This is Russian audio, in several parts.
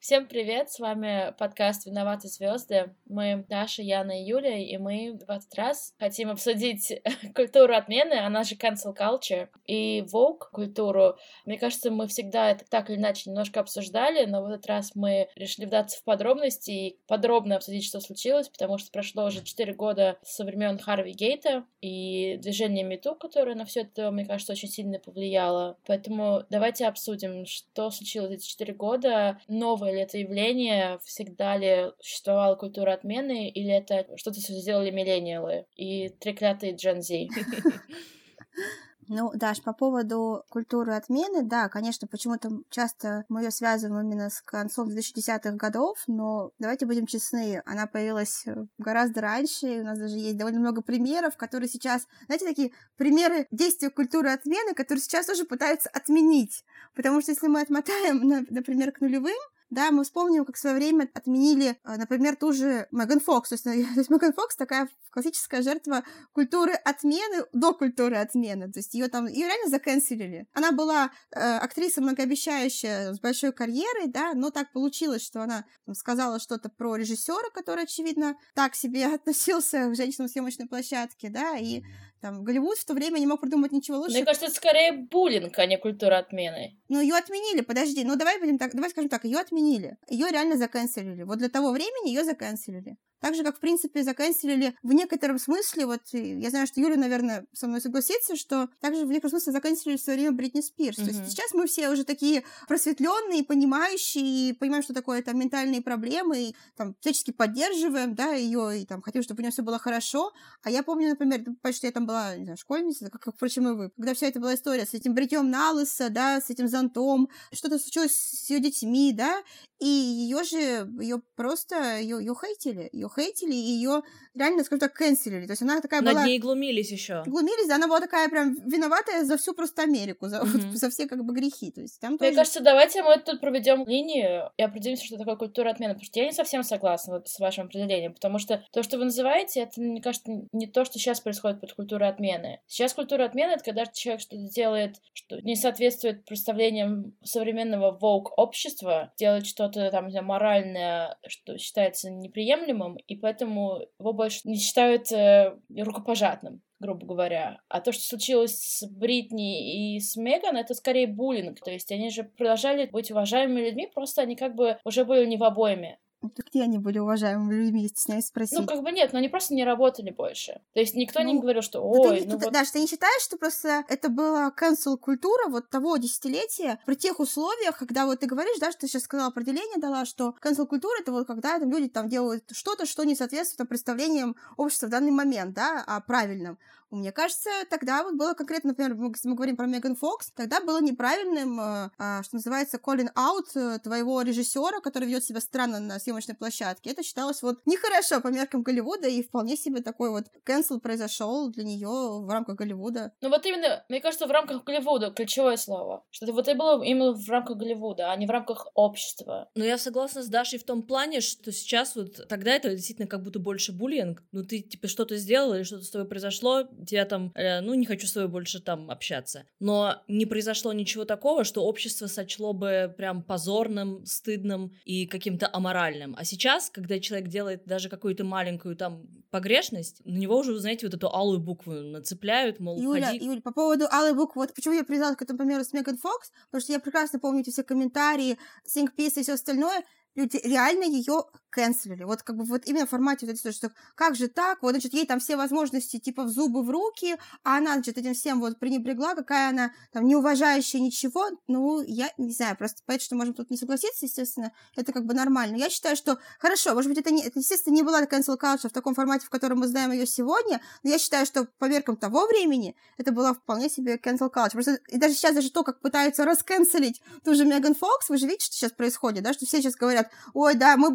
Всем привет, с вами подкаст «Виноваты звезды». Мы Даша, Яна и Юля, и мы в этот раз хотим обсудить культуру отмены, она же cancel culture, и woke культуру. Мне кажется, мы всегда это так или иначе немножко обсуждали, но в этот раз мы решили вдаться в подробности и подробно обсудить, что случилось, потому что прошло уже 4 года со времен Харви Гейта и движения МeToo, которое на все это, мне кажется, очень сильно повлияло. Поэтому давайте обсудим, что случилось эти 4 года, новое ли это явление, всегда ли существовала культура отмены, или это что-то сделали миллениалы и треклятые Gen Z. Ну, Даш, по поводу культуры отмены, да, конечно, почему-то часто мы ее связываем именно с концом 2010-х годов, но давайте будем честны, она появилась гораздо раньше, и у нас даже есть довольно много примеров, которые сейчас, знаете, такие примеры действия культуры отмены, которые сейчас тоже пытаются отменить, потому что если мы отмотаем, например, к нулевым, да, мы вспомним, как в свое время отменили, например, ту же Меган Фокс. То есть Меган Фокс такая классическая жертва культуры отмены до культуры отмены. То есть ее реально заканцелили. Она была актриса многообещающая, с большой карьерой, да, но так получилось, что она сказала что-то про режиссера, который, очевидно, так себе относился к женщинам съемочной площадке, да, и там Голливуд в то время не мог придумать ничего лучше. Мне кажется, это скорее буллинг, а не культура отмены. Ну, ее отменили, подожди. Ну, давай скажем так, ее отменили. Ее реально заканцелили. Вот для того времени ее заканцелили. Так же, как, в принципе, заканцелили в некотором смысле, вот я знаю, что Юля, наверное, со мной согласится, что также в некотором смысле заканцелили в свое время Бритни Спирс. То есть сейчас мы все уже такие просветленные, понимающие, и понимаем, что такое там ментальные проблемы, и там всячески поддерживаем, да, ее, и там хотим, чтобы у нее все было хорошо. А я помню, например, почти я там была, не знаю, школьница, как впрочем, и вы, когда вся эта была история с этим бритьем на лысо, да, с этим зонтом, что-то случилось с ее детьми, да, и ее хейтили, и ее реально, скажем так, канцелили. То есть она такая была... Над ней глумились еще. Глумились, да, она была такая прям виноватая за всю просто Америку, за все как бы грехи. То есть там Мне тоже... кажется, давайте мы тут проведем линию и определимся, что такое культура отмены, потому что я не совсем согласна вот с вашим определением, потому что то, что вы называете, это, мне кажется, не то, что сейчас происходит под культурой отмены. Сейчас культура отмены — это когда человек что-то делает, что не соответствует представлениям современного woke-общества, делает что-то там, не знаю, моральное, что считается неприемлемым, и поэтому его больше не считают рукопожатным, грубо говоря. А то, что случилось с Бритни и с Меган, это скорее буллинг. То есть они же продолжали быть уважаемыми людьми, просто они как бы уже были не в обойме. Так где они были уважаемыми людьми, я стесняюсь спросить? Ну, как бы нет, но они просто не работали больше. То есть никто не говорил, что ой, Даша, ты не считаешь, что просто это была cancel-культура вот того десятилетия при тех условиях, когда вот ты говоришь, да, что ты сейчас сказала определение, дала, что cancel-культура — это вот когда там люди там делают что-то, что не соответствует там, представлениям общества в данный момент, да, о правильном. Мне кажется, тогда вот было конкретно, например, мы говорим про Меган Фокс, тогда было неправильным, что называется, calling out твоего режиссера, который ведет себя странно на съемочной площадке. Это считалось вот нехорошо по меркам Голливуда, и вполне себе такой вот cancel произошел для нее в рамках Голливуда. Ну вот именно, мне кажется, в рамках Голливуда ключевое слово. Что вот это было именно в рамках Голливуда, а не в рамках общества. Но я согласна с Дашей в том плане, что сейчас вот тогда это действительно как будто больше буллинг. Ну ты типа что-то сделал или что-то с тобой произошло, тебя там, не хочу с тобой больше там общаться. Но не произошло ничего такого, что общество сочло бы прям позорным, стыдным и каким-то аморальным. А сейчас, когда человек делает даже какую-то маленькую там погрешность, на него уже, знаете, вот эту алую букву нацепляют, мол, Юля, по поводу алой буквы, вот почему я привязала к этому примеру с Меган Фокс, потому что я прекрасно помню эти все комментарии, think piece и все остальное, люди реально ее канцелили. Вот как бы вот именно в формате вот этой, что как же так, вот, значит, ей там все возможности типа в зубы, в руки, а она, значит, этим всем вот пренебрегла, какая она там неуважающая ничего. Ну, я не знаю, просто понятно, что можем тут не согласиться, естественно, это как бы нормально. Я считаю, что хорошо, может быть, это естественно, не была cancel culture в таком формате, в котором мы знаем ее сегодня, но я считаю, что по меркам того времени это была вполне себе cancel culture. Просто, и даже сейчас даже то, как пытаются расканцелить ту же Меган Фокс, вы же видите, что сейчас происходит, да, что все сейчас говорят, ой, да, мы были, когда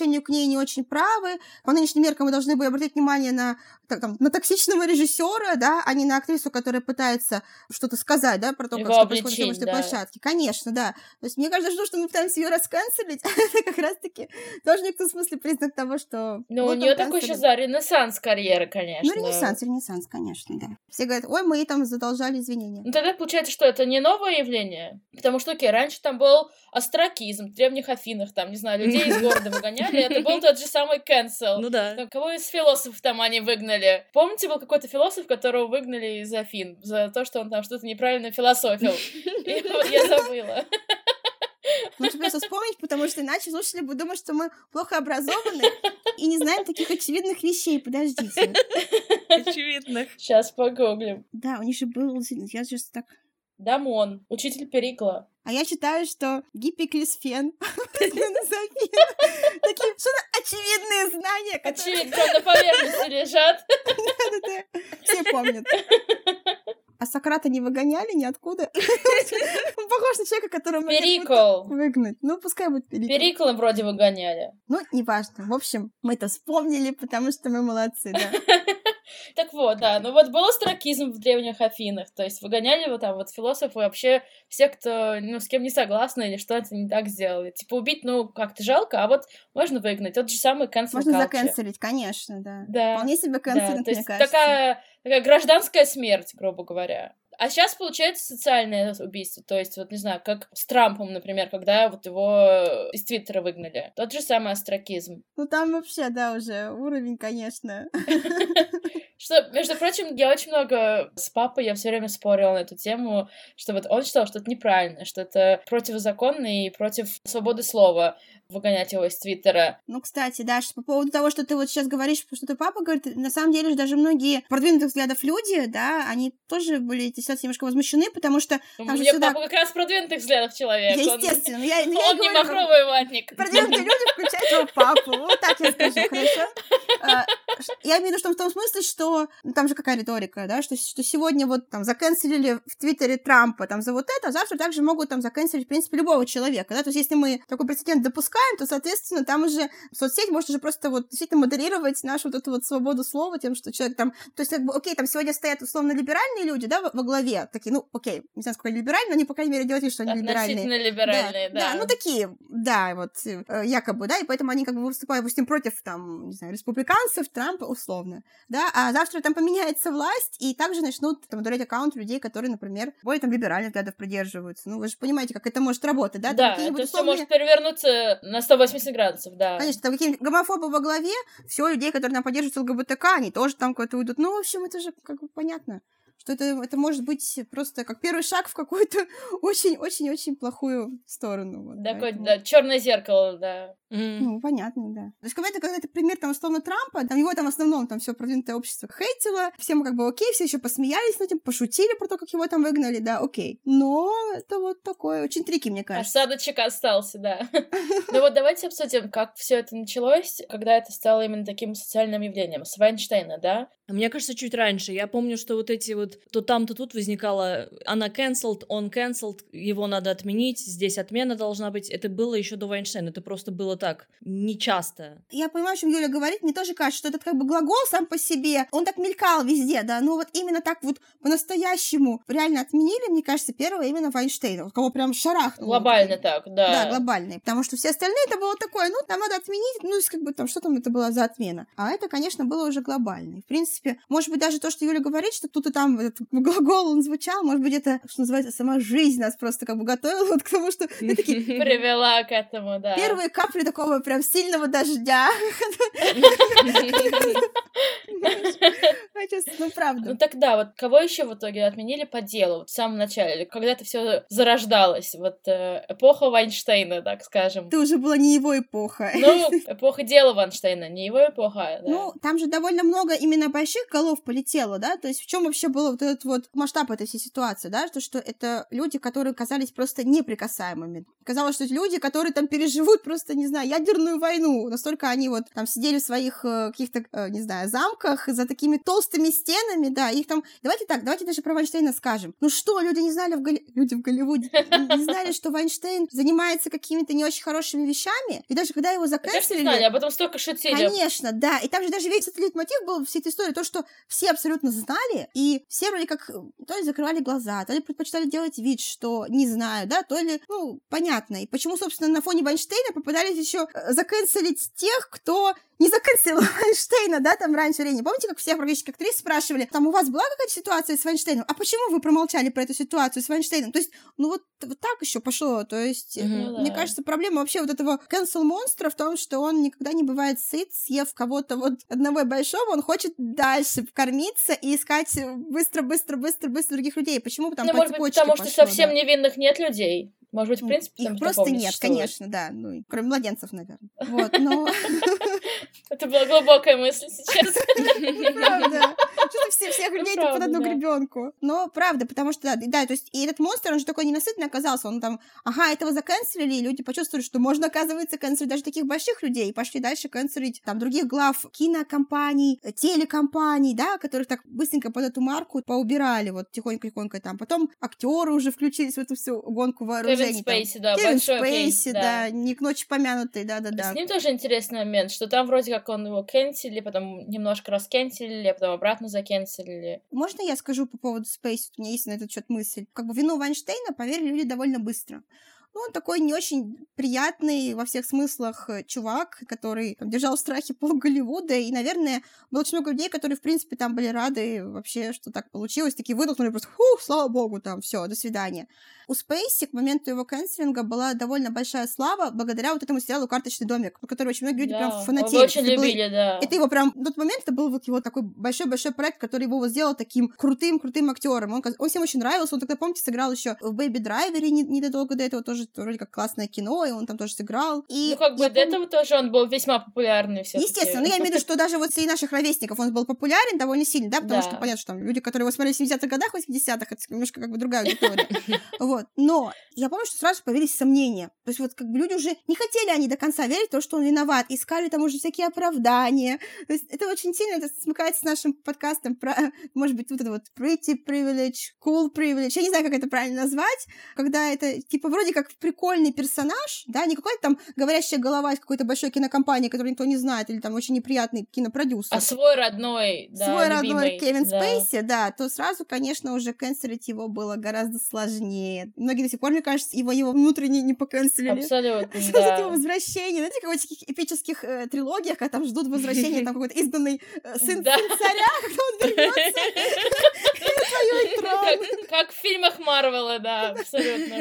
отношению к ней не очень правы. По нынешним меркам мы должны были обратить внимание на токсичного режиссера, да, а не на актрису, которая пытается что-то сказать, да, про то, как что происходит на съемочной площадке. Конечно, да. То есть мне кажется, что мы пытаемся ее расканцелить, это как раз-таки тоже в некотором смысле признак того, что... Ну, у нее такой сейчас, да, ренессанс карьеры, конечно. Ну, ренессанс, конечно, да. Все говорят, ой, мы ей там задолжали извинения. Ну, тогда получается, что это не новое явление. Потому что, окей, раньше там был остракизм в древних Афинах, там, не знаю, людей из города выгоняли, это был тот же самый cancel. Ну да. Кого из философов там они выгнали? Помните, был какой-то философ, которого выгнали из Афин за то, что он там что-то неправильно философил? Я забыла. Лучше просто вспомнить, потому что иначе слушатели будут думать, что мы плохо образованы и не знаем таких очевидных вещей. Подождите. Очевидных. Сейчас погуглим. Да, у них же был... Я сейчас так... Дамон, учитель Перикла. А я читаю, что Гиппиклес Фен. Такие что-то очевидные знания, которые... Очевидно, на поверхности лежат. Да-да-да, все помнят. А Сократа не выгоняли ниоткуда? Он похож на человека, которого Перикл. выгнать. Ну, пускай будет Перикл. Перикла вроде выгоняли. Ну, неважно. В общем, мы это вспомнили, потому что мы молодцы, да. Так вот, да, ну вот был остракизм в древних Афинах, то есть выгоняли вот там вот философы вообще всех, кто, ну, с кем не согласны или что-то не так сделали. Типа убить, ну, как-то жалко, а вот можно выгнать. Тот же самый cancel culture. Можно заканцелить, конечно, да. Да. Вполне себе канцелинг, то мне есть кажется. такая гражданская смерть, грубо говоря. А сейчас получается социальное убийство, то есть, вот не знаю, как с Трампом, например, когда вот его из Твиттера выгнали. Тот же самый остракизм. Ну там вообще, да, уже уровень, конечно. Что, между прочим, я очень много с папой, я все время спорила на эту тему, что вот он считал, что это неправильно, что это противозаконно и против свободы слова выгонять его из Твиттера. Ну, кстати, Даша, по поводу того, что ты вот сейчас говоришь, что ты папа говорит, на самом деле же даже многие продвинутых взглядов люди, да, они тоже были эти ситуации немножко возмущены, потому что... У меня папа как раз продвинутых взглядов человек. Естественно. Он не махровый ватник. Продвинутые люди включают его папу. Вот так я скажу, хорошо? Я имею в виду, что в том смысле, что... Там же какая риторика, да, что сегодня вот там заканцелили в Твиттере Трампа там за вот это, а завтра также могут там заканцелить, в принципе, любого человека, да, то есть если мы такой прецедент допускаем, то, соответственно, там уже соцсеть может уже просто вот действительно модерировать нашу вот эту вот свободу слова тем, что человек там... То есть, как бы, окей, там сегодня стоят условно либеральные люди, да, во главе, такие, ну, окей, не знаю, сколько они либеральные, но они, по крайней мере, делают вид, что они либеральные. Относительно либеральные, да. Да, ну, такие, да, вот, якобы, да, и поэтому они как бы выступают, допустим, против, там, не знаю, республиканцев, Трампа, условно, да, а завтра там поменяется власть, и также начнут там удалять аккаунт людей, которые, например, более там либеральных взглядов придерживаются. Ну, вы же понимаете, как это может работать, да? Да, это все может перевернуться на 180 градусов, да. Конечно, там какие-нибудь гомофобы во главе, все людей, которые там поддерживают ЛГБТК, они тоже там куда-то уйдут. Ну, в общем, это же как бы понятно, что это может быть просто как первый шаг в какую-то очень-очень-очень плохую сторону. Вот, такое, поэтому... да, черное зеркало, да. Ну, понятно, да. То есть, когда это пример, там, условно, Трампа, там его там в основном там все продвинутое общество хейтило, всем как бы окей, все еще посмеялись над этим, пошутили про то, как его там выгнали, да, окей. Но это вот такое, очень трики, мне кажется. Осадочек остался, да. Ну вот давайте обсудим, как все это началось, когда это стало именно таким социальным явлением. С Вайнштейна, да? Мне кажется, чуть раньше. Я помню, что вот эти вот то там, то тут возникало она cancelled, он cancelled, его надо отменить, здесь отмена должна быть. Это было еще до Вайнштейна, это просто было так, нечасто. Я понимаю, о чем Юля говорит, мне тоже кажется, что этот как бы глагол сам по себе, он так мелькал везде, да, но вот именно так вот по-настоящему реально отменили, мне кажется, первое именно Вайнштейна, вот кого прям шарахнуло. Глобально так, да. Да, глобально, потому что все остальные это было такое, ну, там надо отменить, ну, как бы там, что там это было за отмена. А это, конечно, было уже глобально. В принципе, может быть, даже то, что Юля говорит, что тут и там этот глагол, он звучал, может быть, это, что называется, сама жизнь нас просто как бы готовила вот к тому, что мы такие... Привела к этому, да. Первые капли такого прям сильного дождя. Ну, правда. Ну тогда вот кого еще в итоге отменили по делу, вот в самом начале, когда это все зарождалось, вот эпоха Вайнштейна, так скажем. Это уже была не его эпоха. Ну, эпоха дела Вайнштейна, не его эпоха, да. Ну, там же довольно много именно больших голов полетело, да, то есть в чем вообще был вот этот вот масштаб этой всей ситуации, да, что это люди, которые казались просто неприкасаемыми. Казалось, что эти люди, которые там переживут просто, не знаю, ядерную войну, настолько они вот там сидели в своих каких-то, не знаю, замках за такими толстыми стенами, да, их там... Давайте даже про Вайнштейна скажем. Ну что, люди не знали люди в Голливуде не знали, что Вайнштейн занимается какими-то не очень хорошими вещами, и даже когда его заканчивали... Конечно, знали, а потом столько шутили. Конечно, да, и там же даже весь этот лейтмотив был всей этой истории, то, что все абсолютно знали, и все вроде как то ли закрывали глаза, то ли предпочитали делать вид, что не знаю, да, то ли, ну, понятно. И почему, собственно, на фоне Вайнштейна попытались еще заканцелить тех, кто не заканцелил Вайнштейна, да, там раньше времени. Помните, как всех практически актрис спрашивали, там у вас была какая-то ситуация с Вайнштейном? А почему вы промолчали про эту ситуацию с Вайнштейном? То есть, ну вот так еще пошло. То есть, мне кажется, проблема вообще вот этого cancel-монстра в том, что он никогда не бывает сыт, съев кого-то вот одного большого, он хочет дальше кормиться и искать быстро других людей. Почему? Потому может быть, потому что совсем невинных нет людей. Может быть, в принципе, их просто нет, конечно, да. Ну, кроме младенцев, наверное. Вот, но... Это была глубокая мысль сейчас. Правда. Что-то всех людей под одну гребенку. Но правда, потому что, да, то есть, и этот монстр, он же такой ненасытный оказался. Он там, этого заканцелили, и люди почувствовали, что можно, оказывается, канцелить даже таких больших людей, и пошли дальше канцелить там других глав кинокомпаний, телекомпаний, да, которых так быстренько под эту марку поубирали, вот тихонько там. Потом актеры уже включились в эту всю гонку вооружений. Кевин Спейси, да, Кевин большой Спейси, да, не к ночи помянутый, да. С ним тоже интересный момент, что там вроде как он его кэнселили, потом немножко раскэнселили, а потом обратно закэнселили. Можно я скажу по поводу Спейси? У меня есть на этот счет мысль. Как бы вину Вайнштейна поверили люди довольно быстро. Ну, он такой не очень приятный во всех смыслах чувак, который там, держал в страхе пол Голливуда, и, наверное, было очень много людей, которые, в принципе, там были рады вообще, что так получилось, такие выдохнули просто, слава богу, там, все, до свидания. У Спейси к моменту его канцелинга была довольно большая слава благодаря вот этому сериалу «Карточный домик», который очень многие люди прям фанатели. Очень любили, да. Это его прям, на тот момент это был вот его такой большой-большой проект, который его сделал таким крутым актером. Он всем очень нравился, он тогда, помните, сыграл еще в «Бэйби Драйвере» недолго до этого, тоже вроде как классное кино, и он там тоже сыграл. И ну, как бы до этого тоже он был весьма популярный всё-таки. Естественно, но я имею в виду, что даже вот среди наших ровесников он был популярен довольно сильно, да, потому что понятно, что там люди, которые его смотрели в 70-х годах, 80-х, это немножко как бы другая аудитория. Вот. Но я помню, что сразу появились сомнения. То есть вот как бы люди уже не хотели они до конца верить в то, что он виноват, искали там уже всякие оправдания. То есть это очень сильно смыкается с нашим подкастом про, может быть, вот это вот pretty privilege, cool privilege, я не знаю, как это правильно назвать, когда это типа вроде как прикольный персонаж, да, не какой-то там говорящая голова из какой-то большой кинокомпании, которую никто не знает, или там очень неприятный кинопродюсер. А свой родной, да, свой любимый, родной Кевин да. Спейси, да, то сразу, конечно, уже канцелить его было гораздо сложнее. Многие до сих пор, мне кажется, его внутренне не поканцелили. Абсолютно, С да. его возвращения, знаете, как в этих эпических трилогиях, когда там ждут возвращения там какой-то изгнанный сын царя, когда он вернется на свой трон. Как в фильмах Марвела, да, абсолютно.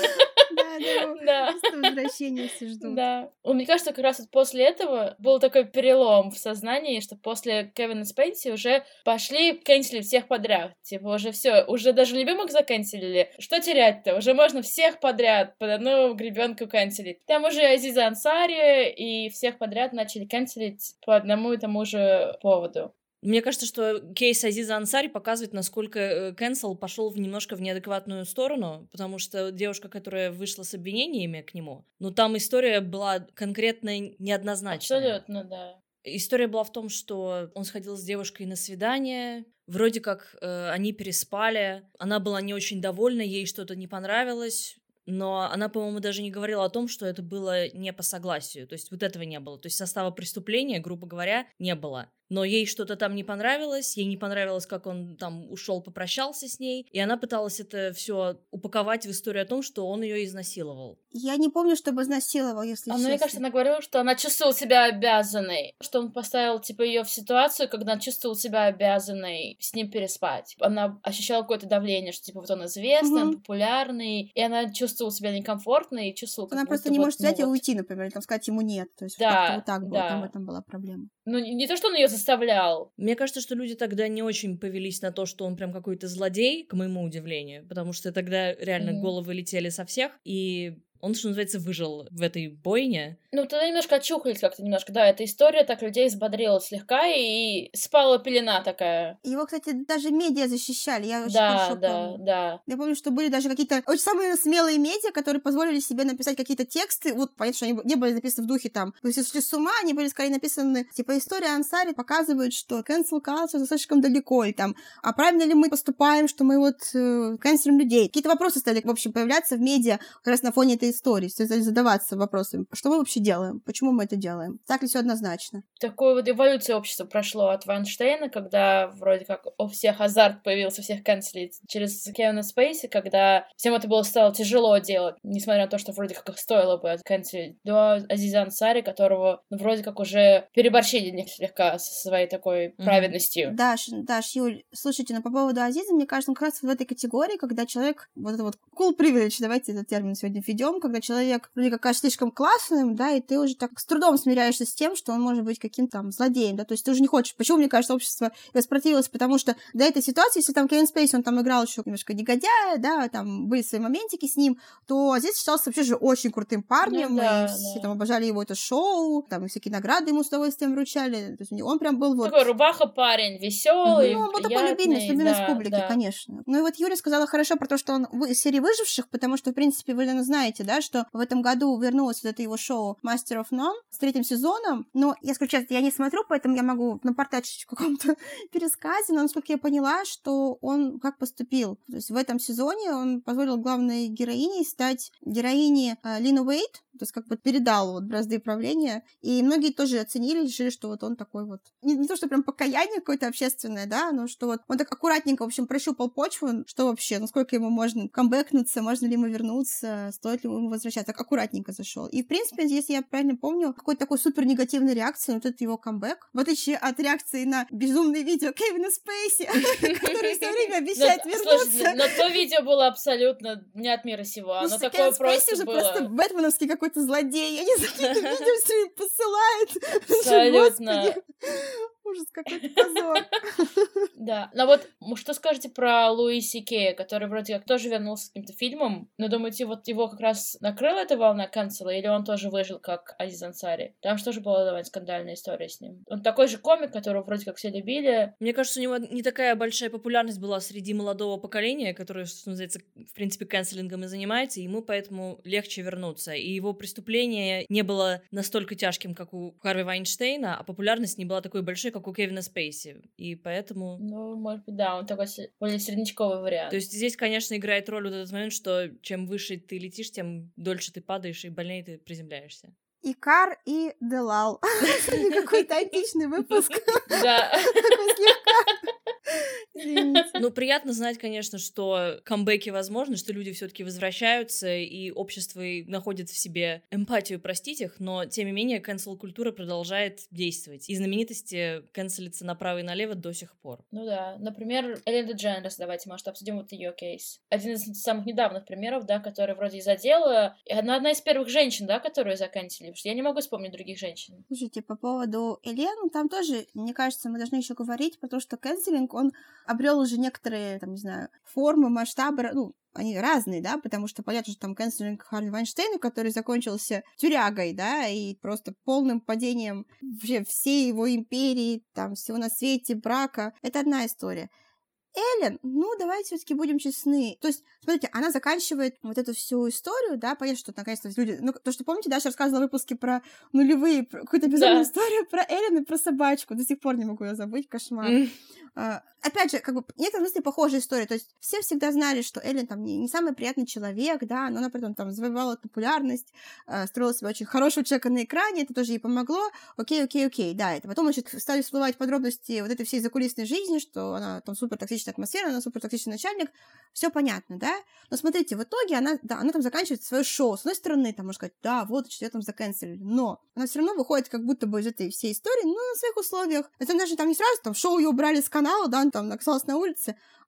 Да, просто возвращение все ждут. Да. Мне кажется, как раз вот после этого был такой перелом в сознании, что после Кевина Спейси уже пошли канцелить всех подряд. Типа уже все, уже даже любимых заканцелили. Что терять-то? Уже можно всех подряд под одну гребенку канцелить. Там уже Азиза Ансари и всех подряд начали канцелить по одному и тому же поводу. Мне кажется, что кейс Азиза Ансари показывает, насколько cancel пошел немножко в неадекватную сторону, потому что девушка, которая вышла с обвинениями к нему, там история была конкретно неоднозначная. Абсолютно, да. История была в том, что он сходил с девушкой на свидание, вроде как они переспали, она была не очень довольна, ей что-то не понравилось, но она, по-моему, даже не говорила о том, что это было не по согласию, то есть вот этого не было, то есть состава преступления, грубо говоря, не было. Но ей что-то там не понравилось, ей не понравилось, как он там ушел, попрощался с ней, и она пыталась это все упаковать в историю о том, что он ее изнасиловал. Я не помню, чтобы изнасиловал, если честно. Мне кажется, она говорила, что она чувствовала себя обязанной, что он поставил, типа, ее в ситуацию, когда она чувствовала себя обязанной с ним переспать. Она ощущала какое-то давление, что, типа, вот он известный, он популярный, и она чувствовала себя некомфортно и чувствовала, как она просто не может взять и уйти, например, или там сказать ему нет. То есть как-то вот так было, там в этом была проблема. Ну, не то, что он ее заставлял. Мне кажется, что люди тогда не очень повелись на то, что он прям какой-то злодей, к моему удивлению, потому что тогда реально головы летели со всех, и Он, что называется, выжил в этой бойне. Ну, тогда немножко очухались как-то немножко. Да, эта история так людей взбодрила слегка, и спала пелена такая. Его, кстати, даже медиа защищали. Я очень хорошо помню. Да. Я помню, что были даже какие-то очень самые смелые медиа, которые позволили себе написать какие-то тексты. Вот, понятно, что они не были написаны в духе там «Вы все сошли с ума», они были скорее написаны, типа, история Ансари показывает, что cancel culture слишком далеко, и там, а правильно ли мы поступаем, что мы вот канцелим людей. Какие-то вопросы стали, в общем, появляться в медиа как раз на фоне этой истории. Все стали задаваться вопросами, что мы вообще делаем, почему мы это делаем, так ли все однозначно. Такую вот эволюцию общества прошло от Вайнштейна, когда вроде как у всех азарт появился, всех канцелить, через Кевина Спейси, когда всем это было стало тяжело делать, несмотря на то, что вроде как их стоило бы канцелить, до Азиза Ансари, которого вроде как уже переборщили слегка со своей такой праведностью. Даш, Юль, слушайте, но по поводу Азиза, мне кажется, он как раз в этой категории, когда человек, вот это вот cool privilege, давайте этот термин сегодня введем, когда человек вроде как кажется слишком классным, да, и ты уже так с трудом смиряешься с тем, что он может быть каким-то там злодеем, да, то есть ты уже не хочешь. Почему, мне кажется, общество воспротивилось? Потому что до этой ситуации, если там Кевин Спейси, он там играл еще немножко негодяя, да, там были свои моментики с ним, то Азиз считался вообще же очень крутым парнем, и все там обожали его это шоу, там и всякие награды ему с удовольствием вручали, то есть он прям был вот... Такой рубаха-парень, веселый, ну, он был такой любимец публики, конечно. Ну и вот Юля сказала хорошо про то, что он из серии «Выживших», потому что, в принципе, вы, наверное, знаете, да, что в этом году вернулось вот это его шоу «Master of None» с 3-м сезоном, но, я скажу честно, я не смотрю, поэтому я могу напортачить в каком-то пересказе, но, насколько я поняла, что он как поступил. То есть в этом сезоне он позволил главной героине стать героиней Лины Уэйд, то есть как бы передал вот бразды правления, и многие тоже оценили, решили, что вот он такой вот, не то, что прям покаяние какое-то общественное, да, но что вот он так аккуратненько, в общем, прощупал почву, что вообще, насколько ему можно камбэкнуться, можно ли ему вернуться, стоит ли ему возвращаться, так аккуратненько зашел. И, в принципе, если я правильно помню, какой-то такой супер негативной реакции на вот этот его камбэк, в отличие от реакции на безумное видео Кевина Спейси, который все время обещает вернуться. Но то видео было абсолютно не от мира сего, оно такое просто было. Просто бэтменовский какой-то злодей, я не знаю, это видео все время посылает. Абсолютно. Ужас, какой-то позор. Да, но вот что скажете про Луи Си Кея, который вроде как тоже вернулся с каким-то фильмом, но думаете, вот его как раз накрыла эта волна канцела, или он тоже выжил, как Азиз Ансари? Там же тоже была довольно скандальная история с ним. Он такой же комик, которого вроде как все любили. Мне кажется, у него не такая большая популярность была среди молодого поколения, которое, что называется, в принципе, канцелингом и занимается, и ему поэтому легче вернуться. И его преступление не было настолько тяжким, как у Харви Вайнштейна, а популярность не была такой большой, как у Кевина Спейси. И поэтому... Ну, может быть, да, он такой более середнячковый вариант. То есть здесь, конечно, играет роль вот этот момент, что чем выше ты летишь, тем дольше ты падаешь, и больнее ты приземляешься. Икар и Делал. Какой-то античный выпуск. Да. Ну, приятно знать, конечно, что камбэки возможны, что люди все-таки возвращаются, и общество находит в себе эмпатию простить их, но, тем не менее, cancel-культура продолжает действовать. И знаменитости канцелятся направо и налево до сих пор. Ну да. Например, Эллен Дедженерес, давайте, может, обсудим вот ее кейс. Один из самых недавних примеров, да, который вроде из-за дела. Она одна из первых женщин, да, которую заканчивали. Потому что я не могу вспомнить других женщин. Слушайте, по поводу Элен, там тоже, мне кажется, мы должны еще говорить про то, что канцелинг, он обрел уже некоторые, там, не знаю, формы, масштабы, ну, они разные, да, потому что понятно, что там канцелинг Харви Вайнштейна, который закончился тюрягой, да, и просто полным падением вообще всей его империи, там, всего на свете, брака, это одна история. Эллен, ну, давайте все-таки будем честны. То есть, смотрите, она заканчивает вот эту всю историю, да, понятно, что наконец-то люди... Ну, то, что, помните, Даша рассказывала в выпуске про нулевые, какую-то безумную историю про Эллен и про собачку. До сих пор не могу ее забыть, кошмар. Опять же, как бы, в некотором смысле похожая история. То есть, все всегда знали, что Эллен там не самый приятный человек, да, но она при этом там завоевала популярность, строила себя очень хорошего человека на экране, это тоже ей помогло. Окей, да, это потом, значит, стали всплывать подробности вот этой всей закулисной жизни, что она там супер токсичная атмосфера, она супер токсичный начальник, все понятно, да? Но смотрите, в итоге она там заканчивает свое шоу. С одной стороны, там, можно сказать, да, вот, что ее там заканцелили, но она все равно выходит как будто бы из этой всей истории, но на своих условиях. Это даже там не сразу, там, шоу ее убрали с канала, да, она там оказалась на улице,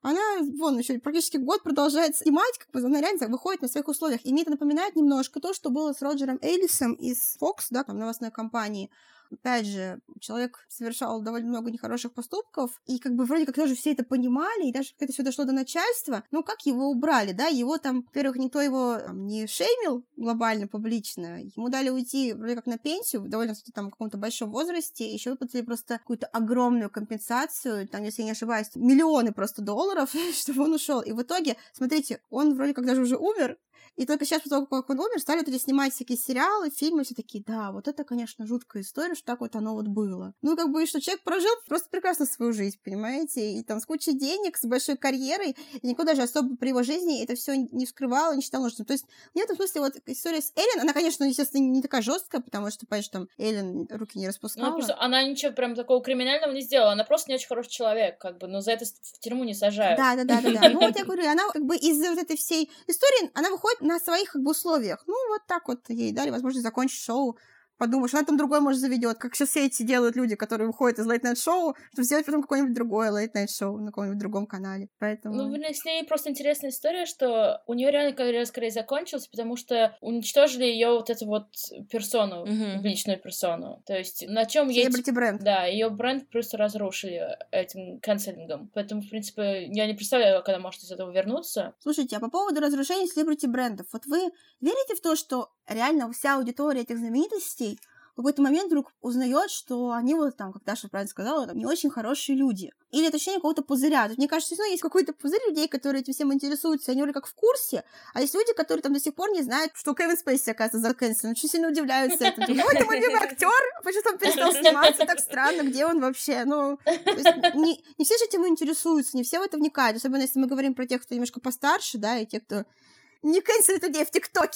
она, вон, еще практически год продолжает снимать, как бы, она реально выходит на своих условиях. И мне это напоминает немножко то, что было с Роджером Эйлисом из Fox, да, там, новостной компании. Опять же, человек совершал довольно много нехороших поступков, и как бы вроде как тоже все это понимали, и даже когда это все дошло до начальства, ну как его убрали, да, его там, во-первых, никто его там не шеймил глобально, публично, ему дали уйти вроде как на пенсию, довольно, кстати, там в каком-то большом возрасте, еще выплатили просто какую-то огромную компенсацию, там, если я не ошибаюсь, миллионы просто долларов, чтобы он ушел. И в итоге, смотрите, он вроде как даже уже умер, и только сейчас, после того, как он умер, стали вот эти снимать всякие сериалы, фильмы, все такие, да, вот это, конечно, жуткая история, что так вот оно вот было. Ну, как бы, что человек прожил просто прекрасно свою жизнь, понимаете, и там с кучей денег, с большой карьерой, и никто даже особо при его жизни это все не вскрывал, не считал нужным. То есть, в этом смысле, вот история с Эллен, она, конечно, естественно, не такая жесткая, потому что, понимаешь, там Эллен руки не распускала. Ну, просто она ничего прям такого криминального не сделала, она просто не очень хороший человек, как бы, но за это в тюрьму не сажают. Да. Ну, вот я говорю, она как бы из-за вот этой всей истории, она выходит на своих как бы условиях. Ну, вот так вот ей дали возможность закончить шоу. Подумаешь, она там другой, может, заведет, как сейчас все эти делают люди, которые выходят из лейт-найт-шоу, чтобы сделать потом какое-нибудь другое лейт-найт-шоу на каком-нибудь другом канале. Поэтому... Ну, с ней просто интересная история, что у нее реально карьера скорее закончилась, потому что уничтожили ее вот эту вот персону, личную персону. То есть на чем ей... Celebrity бренд. Да, ее бренд просто разрушили этим канцелингом. Поэтому, в принципе, я не представляю, когда может из этого вернуться. Слушайте, а по поводу разрушения celebrity брендов, вот вы верите в то, что реально вся аудитория этих знаменитостей в какой-то момент вдруг узнает, что они вот там, как Даша правильно сказала, там, не очень хорошие люди. Или это ощущение какого-то пузыря. То есть, мне кажется, есть какой-то пузырь людей, которые этим всем интересуются, они вроде как в курсе, а есть люди, которые там до сих пор не знают, что Кевин Спейси, оказывается, заканчивается. Очень сильно удивляются этому. Ну, это мой любимый актер, почему он перестал сниматься, так странно, где он вообще? Ну, то есть, не все же этим интересуются, не все в это вникают, особенно если мы говорим про тех, кто немножко постарше, да, и те, кто не канцелит людей в ТикТоке.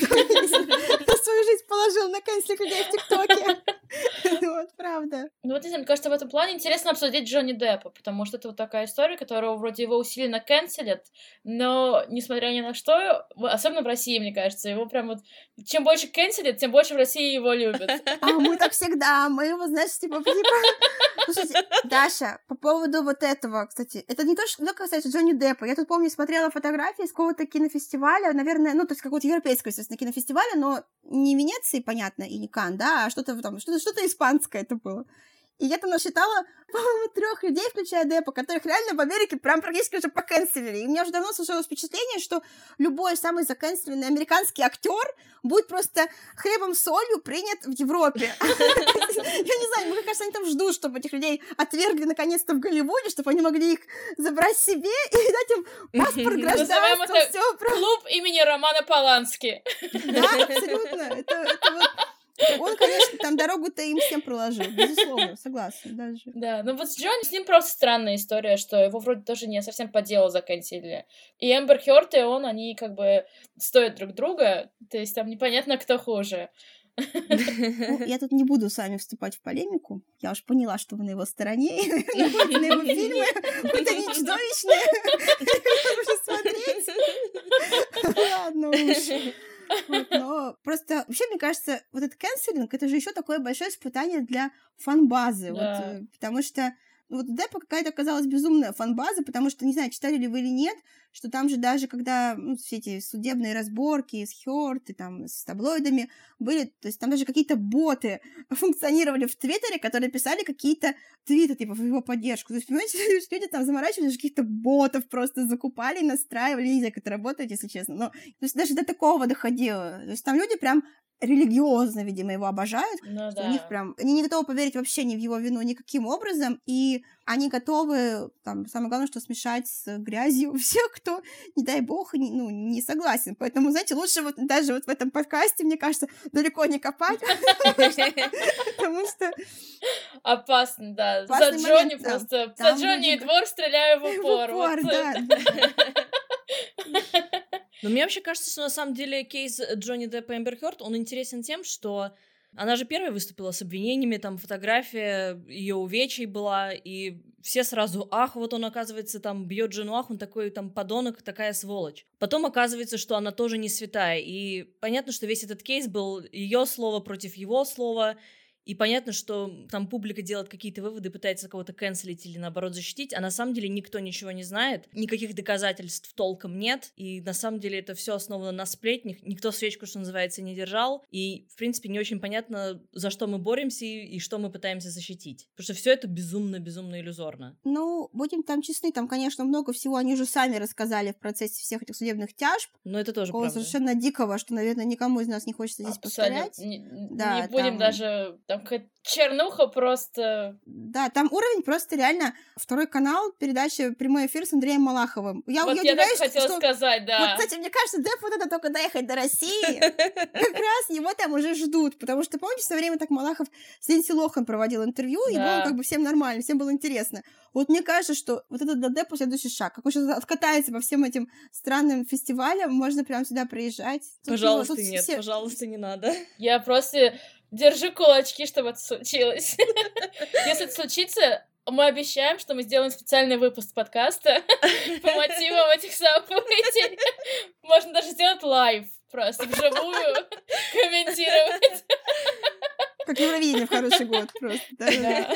Свою жизнь положил на канцелит людей в ТикТоке. Вот, правда. Ну вот, мне кажется, в этом плане интересно обсудить Джонни Деппа, потому что это вот такая история, которая вроде его усиленно канцелят, но, несмотря ни на что, особенно в России, мне кажется, его прям вот... Чем больше канцелят, тем больше в России его любят. А мы так всегда, мы его, знаешь, типа... Слушайте, Даша, по поводу вот этого, кстати, это не то, что касается Джонни Деппа. Я тут, помню, смотрела фотографии с какого-то кинофестиваля, наверное, ну, то есть какого-то европейского, естественно, кинофестиваля, но не Венеции, понятно, и не Канн, да, а что-то там, что-то испанское это было. И я там насчитала, по-моему, 3 людей, включая Деппа, которых реально в Америке прям практически уже поканцелили. И у меня уже давно сложилось впечатление, что любой самый заканцеленный американский актер будет просто хлебом-солью принят в Европе. Я не знаю, мне кажется, они там ждут, чтобы этих людей отвергли наконец-то в Голливуде, чтобы они могли их забрать себе и дать им паспорт, гражданство, все. Клуб имени Романа Полански. Да, абсолютно. Это вот... Он, конечно, там дорогу-то им всем проложил, безусловно, согласна даже. Да, ну вот с Джонни, с ним просто странная история, что его вроде тоже не совсем по делу заканчивали. И Эмбер Хёрд, и он, они как бы стоят друг друга, то есть там непонятно, кто хуже. Ну, я тут не буду с вами вступать в полемику. Я уж поняла, что вы на его стороне, находите на его фильмы. Вот они чудовищные. Нужно смотреть. Ладно уж. Вот, но просто, вообще, мне кажется, вот этот канцелинг, это же еще такое большое испытание для фан-базы, Да. вот, потому что вот у Деппа какая-то оказалась безумная фан-база, потому что, не знаю, читали ли вы или нет, что там же даже когда все эти судебные разборки с Хёрд и там с таблоидами были, то есть там даже какие-то боты функционировали в Твиттере, которые писали какие-то твиты, типа, в его поддержку. То есть, понимаете, люди там заморачивались, каких-то ботов просто закупали и настраивали, я не знаю, как это работает, если честно, но то есть даже до такого доходило. То есть там люди прям религиозно, видимо, его обожают, Ну, что да. у них прям... Они не готовы поверить вообще ни в его вину никаким образом, и они готовы, там, самое главное, что смешать с грязью всех, кто, не дай бог, не согласен. Поэтому, знаете, лучше вот даже вот в этом подкасте, мне кажется, далеко не копать, потому что... Опасно, да. За Опасный Джонни момент, да. просто... Там За Джонни и люди- двор стреляю в В упор. упор, вот. да. Но мне вообще кажется, что на самом деле кейс Джонни Деппа и Эмбер Хёрд, он интересен тем, что она же первая выступила с обвинениями, там фотография ее увечий была, и все сразу, ах, вот он, оказывается, там бьет жену, ах, он такой там подонок, такая сволочь. Потом оказывается, что она тоже не святая, и понятно, что весь этот кейс был ее слово против его слова, И понятно, что там публика делает какие-то выводы, пытается кого-то канцелить или, наоборот, защитить, а на самом деле никто ничего не знает, никаких доказательств толком нет, и на самом деле это все основано на сплетнях, никто свечку, что называется, не держал, и, в принципе, не очень понятно, за что мы боремся и что мы пытаемся защитить. Потому что все это безумно-безумно иллюзорно. Ну, будем там честны, там, конечно, много всего они же сами рассказали в процессе всех этих судебных тяжб. Но это тоже правда. Совершенно дикого, что, наверное, никому из нас не хочется здесь повторять. Не будем даже... Там какая-то чернуха просто... Да, там уровень просто реально... Второй канал, передача «Прямой эфир» с Андреем Малаховым. Я так хотела сказать, да. Вот, кстати, мне кажется, Депп вот это только доехать до России, как раз его там уже ждут, потому что, помните, в свое время так Малахов с Линдси Лохан проводил интервью, и было как бы всем нормально, всем было интересно. Вот мне кажется, что вот этот для Деппа следующий шаг. Как он сейчас откатается по всем этим странным фестивалям, можно прямо сюда приезжать. Пожалуйста, нет, пожалуйста, не надо. Я просто держу кулачки, чтобы это случилось. Если это случится, мы обещаем, что мы сделаем специальный выпуск подкаста по мотивам этих событий. Можно даже сделать лайв, просто вживую комментировать. Как Евровидение в хороший год просто. Да.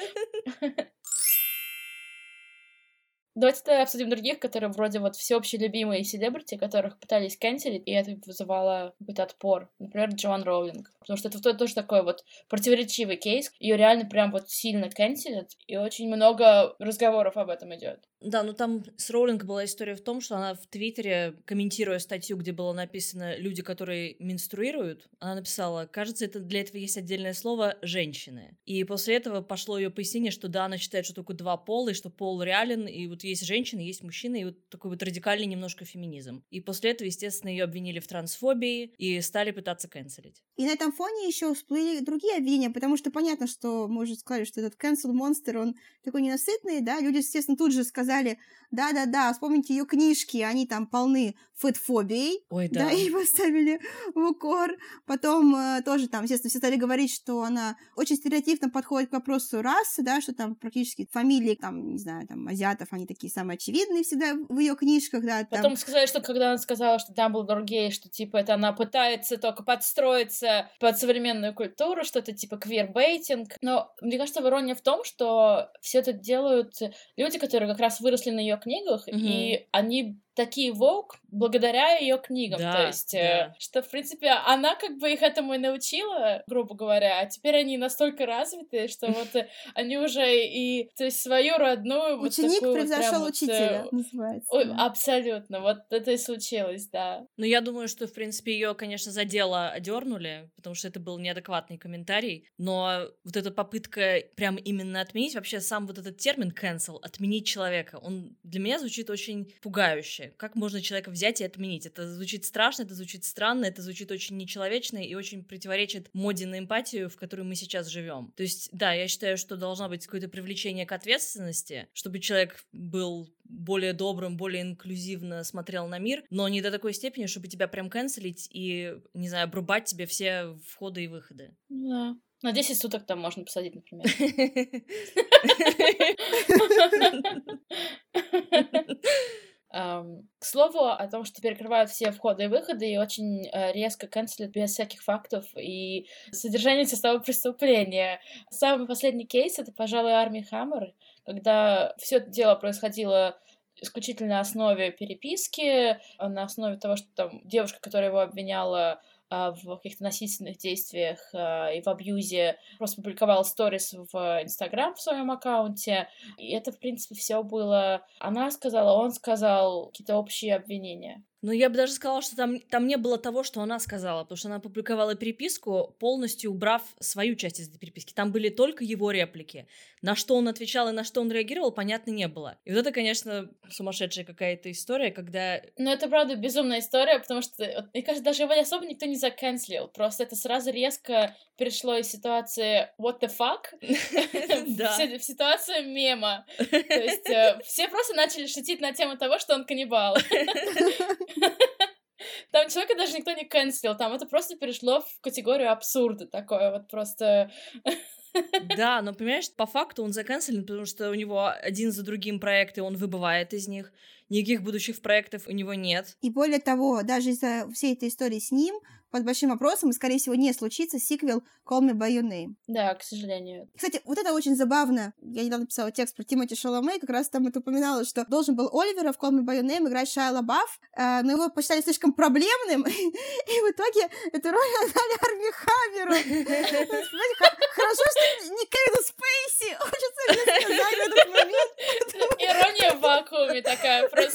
Давайте тогда обсудим других, которые вроде вот всеобще любимые селебрити, которых пытались канцелить, и это вызывало какой-то отпор. Например, Джоан Роулинг. Потому что это тоже такой вот противоречивый кейс. Ее реально прям вот сильно канцелят, и очень много разговоров об этом идет. Да, ну там с Роулинг была история в том, что она в Твиттере, комментируя статью, где было написано «люди, которые менструируют», она написала: «Кажется, для этого есть отдельное слово «женщины». И после этого пошло ее пояснение, что да, она считает, что только два пола, и что пол реален, и вот есть женщины, есть мужчины, и вот такой вот радикальный немножко феминизм. И после этого, естественно, ее обвинили в трансфобии и стали пытаться канцелить. И на этом фоне еще всплыли другие обвинения, потому что понятно, что мы уже сказали, что этот cancel monster, он такой ненасытный, да, люди, естественно, тут же сказали: да-да-да, вспомните ее книжки, они там полны фэтфобией. Ой, да. Да, и поставили в укор. Потом тоже там, естественно, все стали говорить, что она очень стереотипно подходит к вопросу расы, да, что там практически фамилии, там, не знаю, там, азиатов, они такие самые очевидные всегда в ее книжках, да. Там... Потом сказали, что когда она сказала, что Дамблдор гей, что, типа, это она пытается только подстроиться под современную культуру, что это, типа, квирбейтинг. Но мне кажется, ирония в том, что все это делают люди, которые как раз выросли на ее книгах, и они такие woke благодаря ее книгам, да, то есть, что, в принципе, она как бы их этому и научила, грубо говоря, а теперь они настолько развитые, что вот они уже и, то есть, свою родную... Ученик вот превзошел вот учителя, называется. Ой, да. Абсолютно, вот это и случилось, да. Ну, я думаю, что, в принципе, ее, конечно, за дело одернули, потому что это был неадекватный комментарий, но вот эта попытка прям именно отменить, вообще сам вот этот термин cancel, отменить человека, он для меня звучит очень пугающе. Как можно человека взять и отменить? Это звучит страшно, это звучит странно, это звучит очень нечеловечно и очень противоречит моде на эмпатию, в которой мы сейчас живем. То есть, да, я считаю, что должно быть какое-то привлечение к ответственности, чтобы человек был более добрым, более инклюзивно смотрел на мир, но не до такой степени, чтобы тебя прям канцелить и, не знаю, обрубать тебе все входы и выходы. Да. На 10 суток там можно посадить, например. К слову о том, что перекрывают все входы и выходы и очень резко канцелят без всяких фактов и содержания состава преступления. Самый последний кейс — это, пожалуй, Арми Хаммер, когда все это дело происходило исключительно на основе переписки, на основе того, что там девушка, которая его обвиняла в каких-то насильственных действиях и в абьюзе, просто публиковала сторис в Инстаграм в своем аккаунте. И это, в принципе, все было... Она сказала, он сказал, какие-то общие обвинения. Ну, я бы даже сказала, что там не было того, что она сказала, потому что она публиковала переписку, полностью убрав свою часть из этой переписки. Там были только его реплики. На что он отвечал и на что он реагировал, понятно не было. И вот это, конечно, сумасшедшая какая-то история, когда... Ну, это, правда, безумная история, потому что, мне кажется, даже его особо никто не заканцелил. Просто это сразу резко перешло из ситуации what the fuck в ситуацию мема. То есть все просто начали шутить на тему того, что он каннибал. Там человека даже никто не канцелил, там это просто перешло в категорию абсурда, такое вот просто... Да, но, понимаешь, по факту он заканцелен, потому что у него один за другим проекты, он выбывает из них. никаких будущих проектов у него нет. И более того, даже из-за всей этой истории с ним, под большим вопросом, и, скорее всего, не случится сиквел Call Me By Your Name. Да, к сожалению. Кстати, вот это очень забавно. Я недавно писала текст про Тимоти Шаломе, как раз там это упоминалось, что должен был Оливера в Call Me By Your Name играть Шайа Лабаф, но его посчитали слишком проблемным, и в итоге эту роль отдали Арми Хаммеру. Хорошо, что не Кевину Спейси, хочется мне сказать в этот момент. Ирония в вакууме такая просто.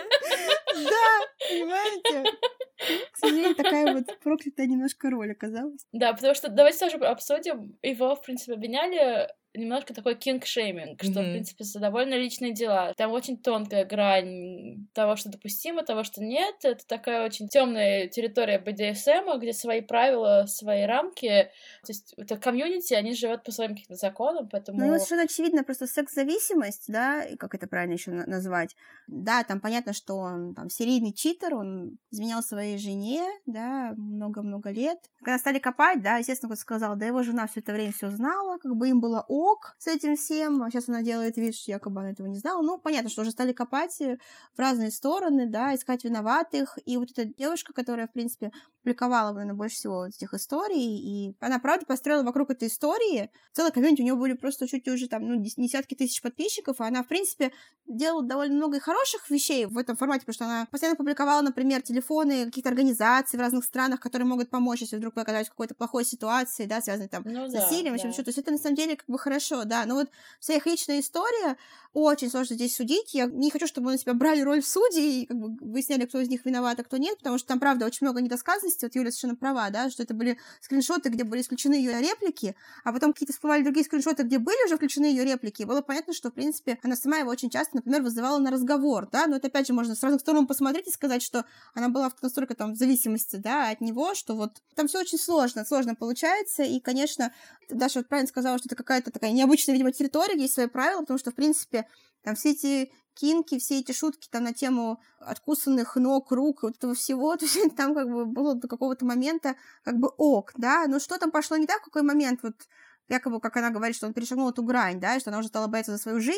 Да, понимаете? К сожалению, такая вот проклятая немножко роль оказалась. Да, потому что давайте тоже обсудим. Его, в принципе, обвиняли немножко такой кинг-шейминг, что, в принципе, за довольно личные дела. Там очень тонкая грань того, что допустимо, того, что нет. Это такая очень темная территория BDSM, где свои правила, свои рамки. То есть это комьюнити, они живут по своим каким-то законам, поэтому... Ну, совершенно очевидно, просто секс-зависимость, да, и как это правильно еще назвать. Да, там понятно, что он там серийный читер, он изменял своей жене, да, много-много лет. Когда стали копать, да, естественно, кто-то сказал, да его жена все это время все знала, как бы им было ок с этим всем, а сейчас она делает вид, что якобы она этого не знала. Ну, понятно, что уже стали копать в разные стороны, да, искать виноватых, и вот эта девушка, которая, в принципе, публиковала, наверное, больше всего этих историй, и она, правда, построила вокруг этой истории целый комьюнити, у нее были просто чуть уже там, ну, десятки тысяч подписчиков, и она, в принципе, делала довольно много и хороших вещей в этом формате, потому что она постоянно публиковала, например, телефоны каких-то организаций в разных странах, которые могут помочь, если вдруг вы оказались в какой-то плохой ситуации, да, связанной там с насилием, да. То есть это, на самом деле, как бы хорошо, да, но вот вся их личная история, очень сложно здесь судить, я не хочу, чтобы мы на себя брали роль в суде и как бы выясняли, кто из них виноват, а кто нет, потому что там, правда, очень много недосказанности, вот Юля совершенно права, да, что это были скриншоты, где были исключены ее реплики, а потом какие-то всплывали другие скриншоты, где были уже включены ее реплики, и было понятно, что, в принципе, она сама его очень часто, например, вызывала на разговор, да, но это, опять же, можно с разных сторон посмотреть и сказать, что она была настолько там в зависимости, да, от него, что вот там все очень сложно получается, и, конечно, Даша вот правильно сказала, что это какая-то такая необычная, видимо, территория, есть свои правила, потому что, в принципе, там все эти кинки, все эти шутки там на тему откусанных ног, рук, вот этого всего, то есть там как бы было до какого-то момента как бы ок, да, но что там пошло не так, в какой момент, вот якобы, как она говорит, что он перешагнул эту грань, да, и что она уже стала бояться за свою жизнь.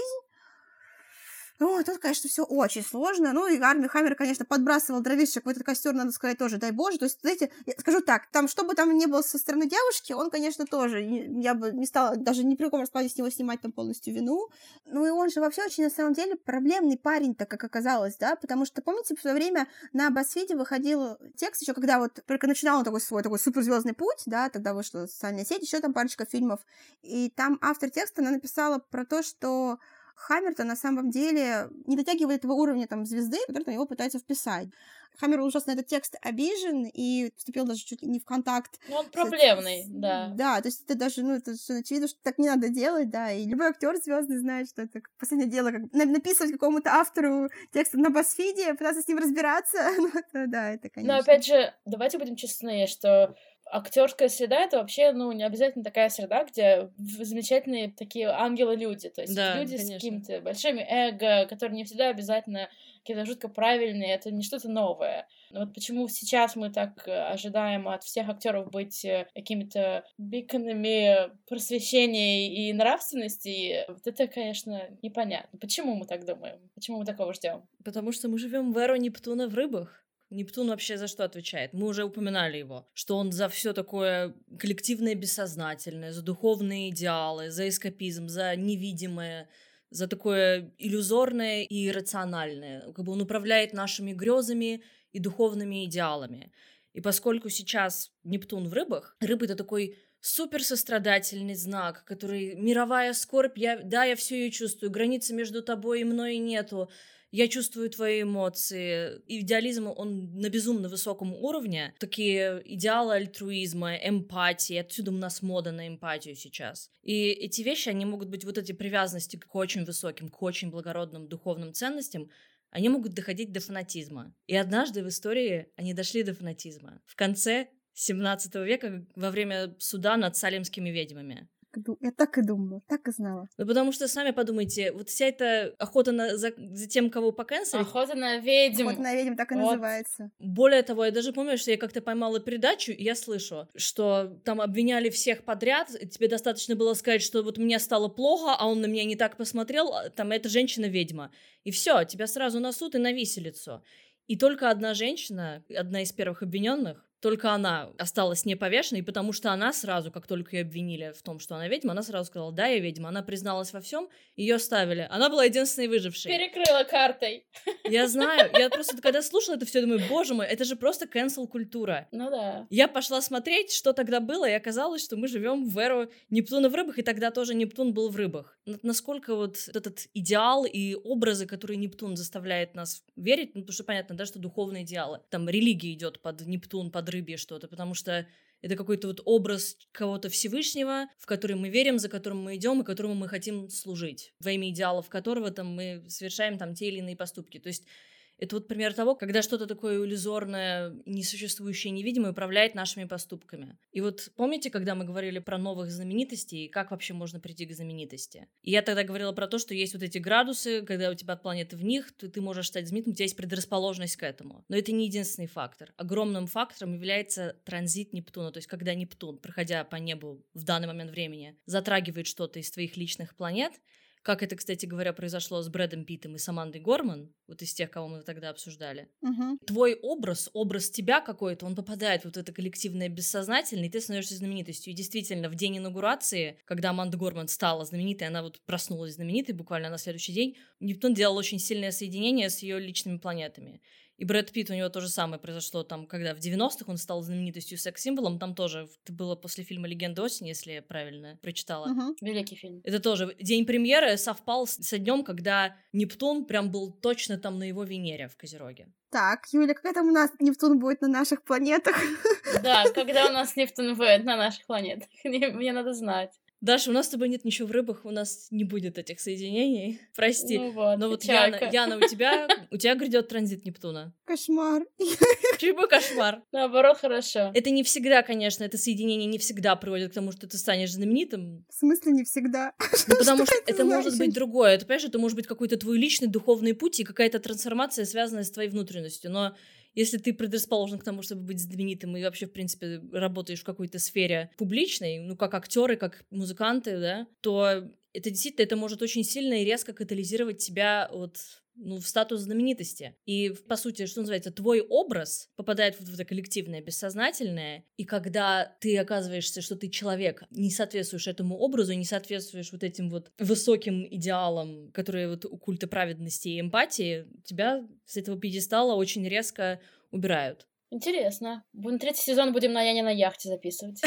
Ну, тут, конечно, все очень сложно. Ну, и Арми Хаммер, конечно, подбрасывал дровишек в этот костер, надо сказать, тоже, дай боже. То есть, знаете, я скажу так, там, что бы там ни было со стороны девушки, он, конечно, тоже, я бы не стала даже ни при каком раскладе с него снимать там полностью вину. Ну, и он же вообще очень, на самом деле, проблемный парень-то, как оказалось, да, потому что, помните, в свое время на BuzzFeed выходил текст еще, когда вот только начинал он свой такой суперзвездный путь, да, тогда вышла социальная сеть, еще там парочка фильмов, и там автор текста, она написала про то, что Хаммер-то на самом деле не дотягивает этого уровня там звезды, который на него пытается вписать. Хаммер ужасно на этот текст обижен и вступил даже чуть ли не в контакт. Ну, он проблемный, да. Да, то есть это даже, ну, это очевидно, что так не надо делать, да, и любой актер звездный знает, что это последнее дело, как написывать какому-то автору текста на BuzzFeed, пытаться с ним разбираться, ну, это, да, это, конечно. Но, опять же, давайте будем честны, что актерская среда — это вообще, ну, не обязательно такая среда, где замечательные такие ангелы-люди, то есть да, люди конечно. с каким-то большими эго, которые не всегда обязательно какие-то жутко правильные, это не что-то новое. Но вот почему сейчас мы так ожидаем от всех актеров быть какими-то биконами просвещения и нравственности, вот это, конечно, непонятно. Почему мы так думаем? Почему мы такого ждем? Потому что мы живем в эру Нептуна в рыбах. Нептун вообще за что отвечает? Мы уже упоминали его, что он за все такое коллективное бессознательное, за духовные идеалы, за эскапизм, за невидимое, за такое иллюзорное и иррациональное. Как бы он управляет нашими грезами и духовными идеалами. И поскольку сейчас Нептун в рыбах, рыбы — это такой суперсострадательный знак, который мировая скорбь, я все ее чувствую, границы между тобой и мной нету, я чувствую твои эмоции. Идеализм, он на безумно высоком уровне. Такие идеалы альтруизма, эмпатии. Отсюда у нас мода на эмпатию сейчас. И эти вещи, они могут быть, вот эти привязанности к очень высоким, к очень благородным духовным ценностям, они могут доходить до фанатизма. И однажды в истории они дошли до фанатизма. В конце 17 века, во время суда над салемскими ведьмами. так и думала, так и знала. Ну, потому что, сами подумайте, вот вся эта охота за тем, кого покэнселить... Охота на ведьм. Охота на ведьм так и Вот. называется. Более того, я даже помню, что я как-то поймала передачу, и я слышу, что там обвиняли всех подряд, тебе достаточно было сказать, что вот мне стало плохо, а он на меня не так посмотрел, там, эта женщина-ведьма. И все, тебя сразу на суд и на виселицу. И только одна женщина, одна из первых обвиненных, только она осталась не повешенной, потому что она сразу, как только ее обвинили в том, что она ведьма, она сразу сказала: да, я ведьма. Она призналась во всем, ее оставили. Она была единственной выжившей. Перекрыла картой. Я знаю, я просто когда слушала это все, думаю, боже мой, это же просто cancel-культура. Ну да. Я пошла смотреть, что тогда было, и оказалось, что мы живем в эру Нептуна в рыбах, и тогда тоже Нептун был в рыбах. Насколько вот этот идеал и образы, которые Нептун заставляет нас верить, ну, потому что понятно, да, что духовные идеалы, там религия идет под Нептун, под рыбье что-то, потому что это какой-то вот образ кого-то Всевышнего, в который мы верим, за которым мы идем и которому мы хотим служить, во имя идеалов которого там мы совершаем там те или иные поступки. То есть это вот пример того, когда что-то такое иллюзорное, несуществующее, невидимое управляет нашими поступками. И вот помните, когда мы говорили про новых знаменитостей, и как вообще можно прийти к знаменитости? И я тогда говорила про то, что есть вот эти градусы, когда у тебя от планеты в них, то ты можешь стать знаменитым, у тебя есть предрасположенность к этому. Но это не единственный фактор. Огромным фактором является транзит Нептуна, то есть когда Нептун, проходя по небу в данный момент времени, затрагивает что-то из твоих личных планет, как это, кстати говоря, произошло с Брэдом Питтом и с Амандой Горман, вот из тех, кого мы тогда обсуждали. Угу. Твой образ тебя какой-то, он попадает в вот это коллективное бессознательное, и ты становишься знаменитостью. И действительно, в день инаугурации, когда Аманда Горман стала знаменитой, она вот проснулась знаменитой буквально на следующий день, Нептун делал очень сильное соединение с ее личными планетами. И Брэд Питт, у него то же самое произошло там, когда в 90-х он стал знаменитостью, секс-символом, там тоже, это было после фильма «Легенда осени», если я правильно прочитала. Угу. Великий фильм. Это тоже день премьеры совпал со днем, когда Нептун прям был точно там на его Венере в Козероге. Так, Юля, когда там у нас Нептун будет на наших планетах? Да, когда у нас Нептун будет на наших планетах. Мне надо знать. Даша, у нас с тобой нет ничего в рыбах, у нас не будет этих соединений. Прости. Ну вот, Но вот печалька. Яна, у тебя грядет транзит Нептуна. Кошмар. Почему кошмар? Наоборот, хорошо. Это не всегда, конечно, это соединение не всегда приводит к тому, что ты станешь знаменитым. В смысле не всегда? Ну, потому что это значит? может быть другое. Это, понимаешь, это может быть какой-то твой личный духовный путь и какая-то трансформация, связанная с твоей внутренностью. Но если ты предрасположен к тому, чтобы быть знаменитым и вообще, в принципе, работаешь в какой-то сфере публичной, ну, как актеры, как музыканты, да, то это действительно, это может очень сильно и резко катализировать тебя вот, ну, в статус знаменитости. И, по сути, что называется, твой образ попадает вот в это коллективное, бессознательное, и когда ты оказываешься, что ты человек, не соответствуешь этому образу, не соответствуешь вот этим вот высоким идеалам, которые вот у культа праведности и эмпатии, тебя с этого пьедестала очень резко убирают. Интересно. Третий сезон будем на Яне на яхте записывать.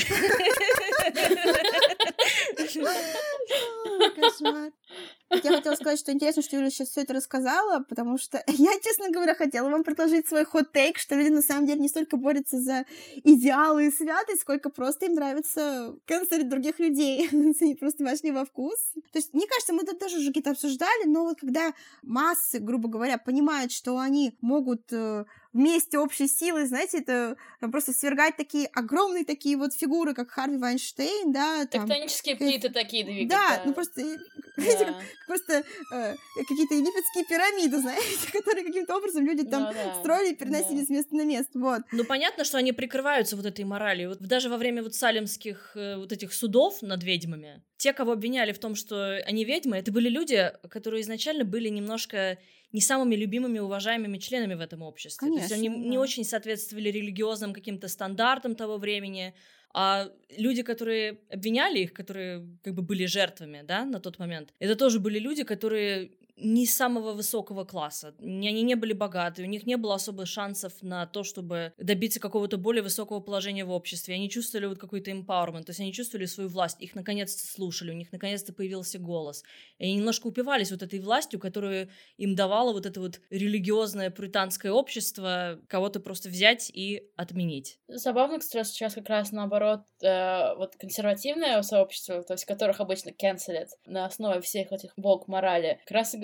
Кошмар. Я хотела сказать, что интересно, что Юля сейчас все это рассказала, потому что я, честно говоря, хотела вам предложить свой хот-тейк, что люди на самом деле не столько борются за идеалы и святость, сколько просто им нравится канцелить других людей. Они просто вошли во вкус. То есть, мне кажется, мы тут тоже уже какие-то обсуждали, но вот когда массы, грубо говоря, понимают, что они могут вместе общей силой, знаете, это просто свергать такие огромные такие вот фигуры, как Харви Вайнштейн, да, там... Тектонические плиты такие двигать. Да, ну просто... Да. Просто какие-то египетские пирамиды, знаете, которые каким-то образом люди там строили и переносили с места на место, вот. Ну, понятно, что они прикрываются вот этой моралью. Вот даже во время вот салемских вот этих судов над ведьмами, те, кого обвиняли в том, что они ведьмы, это были люди, которые изначально были немножко не самыми любимыми, уважаемыми членами в этом обществе. Конечно, то есть они не очень соответствовали религиозным каким-то стандартам того времени, а люди, которые обвиняли их, которые как бы были жертвами, да, на тот момент, это тоже были люди, которые не самого высокого класса, они не были богаты, у них не было особых шансов на то, чтобы добиться какого-то более высокого положения в обществе, они чувствовали вот какой-то empowerment, то есть они чувствовали свою власть, их наконец-то слушали, у них наконец-то появился голос, и они немножко упивались вот этой властью, которую им давало вот это вот религиозное пуританское общество, кого-то просто взять и отменить. Забавно, кстати, сейчас как раз наоборот, вот консервативное сообщество, то есть которых обычно канцелят на основе всех этих блок морали, как раз и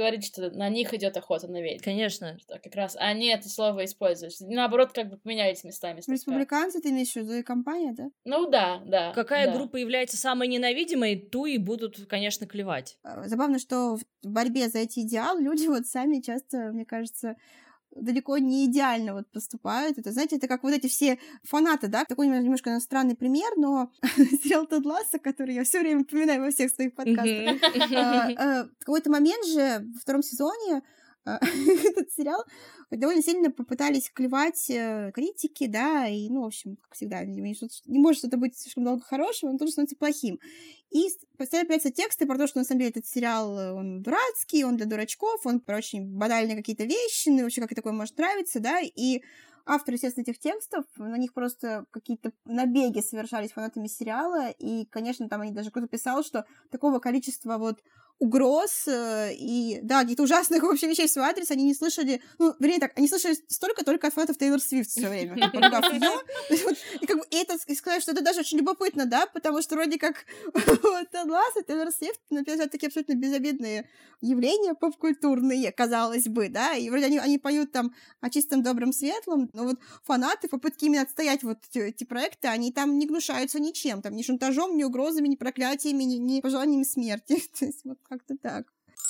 говорить, что на них идет охота на ведьм. Конечно. Что как раз они это слово используют. Наоборот, как бы поменялись местами. Республиканцы, ты имеешь в виду, и компания, да? Ну да. Какая группа является самой ненавидимой, ту и будут, конечно, клевать. Забавно, что в борьбе за эти идеалы люди вот сами часто, мне кажется, далеко не идеально вот поступают. Это, знаете, это как вот эти все фанаты, да? Такой немножко странный пример, но сериал Тед Лассо, который я все время упоминаю во всех своих подкастах. В какой-то момент же во втором сезоне этот сериал довольно сильно попытались клевать критики, да, и, ну, в общем, как всегда, не может что-то быть слишком много хорошего, он тоже становится плохим. И постоянно появляются тексты про то, что, на самом деле, этот сериал, он дурацкий, он для дурачков, он про очень банальные какие-то вещи, ну, и вообще, как такое может нравиться, да, и авторы, естественно, этих текстов, на них просто какие-то набеги совершались фанатами сериала, и, конечно, там они даже кто-то писал, что такого количества вот угроз и, да, каких-то ужасных вообще вещей в свой адрес они не слышали, ну, вернее так, они слышали столько только от фанатов Тейлор Свифт все время, поругав её. И как бы и сказать, что это даже очень любопытно, да, потому что вроде как Тед Лассо, Тейлор Свифт, написали такие абсолютно безобидные явления поп-культурные, казалось бы, да, и вроде они поют там о чистом, добром, светлом, но вот фанаты, попытки именно отстоять вот эти проекты, они там не гнушаются ничем, там ни шантажом, ни угрозами, ни проклятиями, ни пожеланиями смерти. То есть вот как-то так.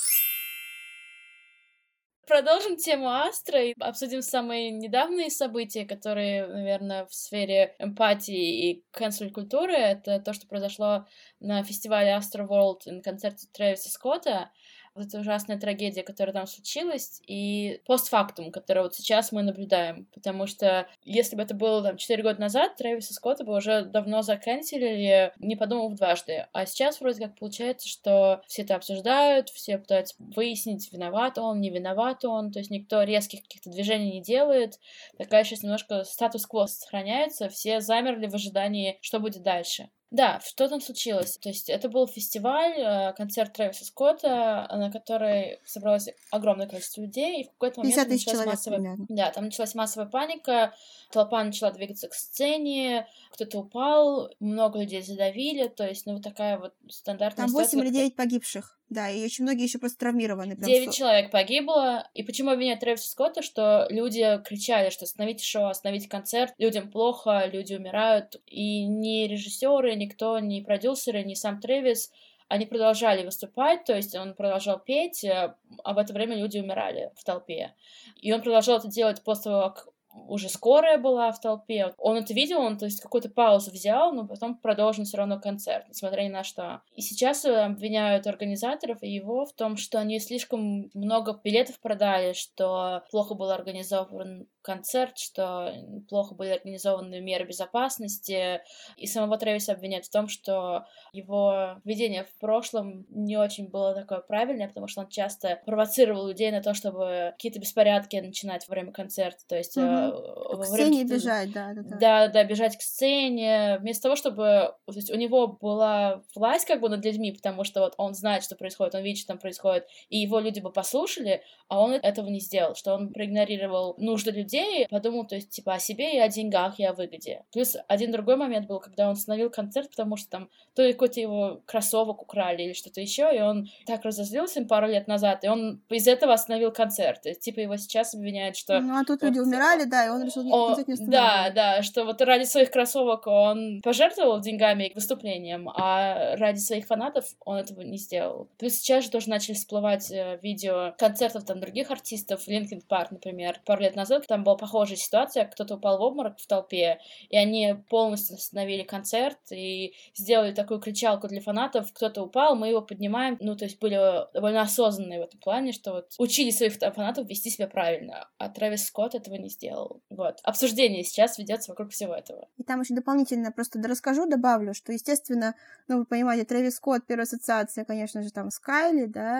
Продолжим тему Астра и обсудим самые недавние события, которые, наверное, в сфере эмпатии и cancel-культуры. Это то, что произошло на фестивале Astra World на концерте Трэвиса Скотта. Вот эта ужасная трагедия, которая там случилась, и постфактум, который вот сейчас мы наблюдаем. Потому что если бы это было там 4 года назад, Трэвиса Скотта бы уже давно заканчивали, не подумав дважды. А сейчас вроде как получается, что все это обсуждают, все пытаются выяснить, виноват он, не виноват он, то есть никто резких каких-то движений не делает. Такая сейчас немножко статус-кво сохраняется, все замерли в ожидании, что будет дальше. Да, что там случилось? То есть это был фестиваль, концерт Трэвиса Скотта, на который собралось огромное количество людей, и в какой-то момент 50 тысяч человек, массовая... Да, там началась массовая паника, толпа начала двигаться к сцене, кто-то упал, много людей задавили, то есть, ну, вот такая вот стандартная там ситуация. 8 или 9 погибших, да, и очень многие еще просто травмированы. 9 человек погибло, и почему обвиняют Трэвиса Скотта, что люди кричали, что остановите шоу, остановите концерт, людям плохо, люди умирают, и ни режиссеры, никто, ни продюсеры, ни сам Трэвис, они продолжали выступать, то есть он продолжал петь, а в это время люди умирали в толпе. И он продолжал это делать после того, как уже скорая была в толпе. Он это видел, он, то есть, какую-то паузу взял, но потом продолжил все равно концерт, несмотря ни на что. И сейчас обвиняют организаторов и его в том, что они слишком много билетов продали, что плохо был организован концерт, что плохо были организованы меры безопасности. И самого Трэвиса обвиняют в том, что его поведение в прошлом не очень было такое правильное, потому что он часто провоцировал людей на то, чтобы какие-то беспорядки начинать во время концерта. То есть к сцене бежать, да. Да, бежать к сцене. Вместо того, чтобы... То есть у него была власть как бы над людьми, потому что вот он знает, что происходит, он видит, что там происходит, и его люди бы послушали, а он этого не сделал, что он проигнорировал нужды людей, подумал, то есть, типа, о себе и о деньгах, и о выгоде. Плюс один другой момент был, когда он остановил концерт, потому что там то ли какой-то его кроссовок украли или что-то еще, и он так разозлился пару лет назад, и он из этого остановил концерт. И, типа, его сейчас обвиняют, что... Ну, а тут люди умирали, да, и он решил концерт не останавливать. Да, что вот ради своих кроссовок он пожертвовал деньгами и выступлением, а ради своих фанатов он этого не сделал. Плюс сейчас же тоже начали всплывать видео концертов там других артистов, Linkin Park, например, пару лет назад, там была похожая ситуация, кто-то упал в обморок в толпе, и они полностью остановили концерт и сделали такую кричалку для фанатов, кто-то упал, мы его поднимаем, ну, то есть были довольно осознанные в этом плане, что вот учили своих фанатов вести себя правильно, а Трэвис Скотт этого не сделал. Вот. Обсуждение сейчас ведется вокруг всего этого. И там еще дополнительно просто добавлю, что, естественно, ну, вы понимаете, Трэвис Скотт, первая ассоциация, конечно же, там с Кайли, да,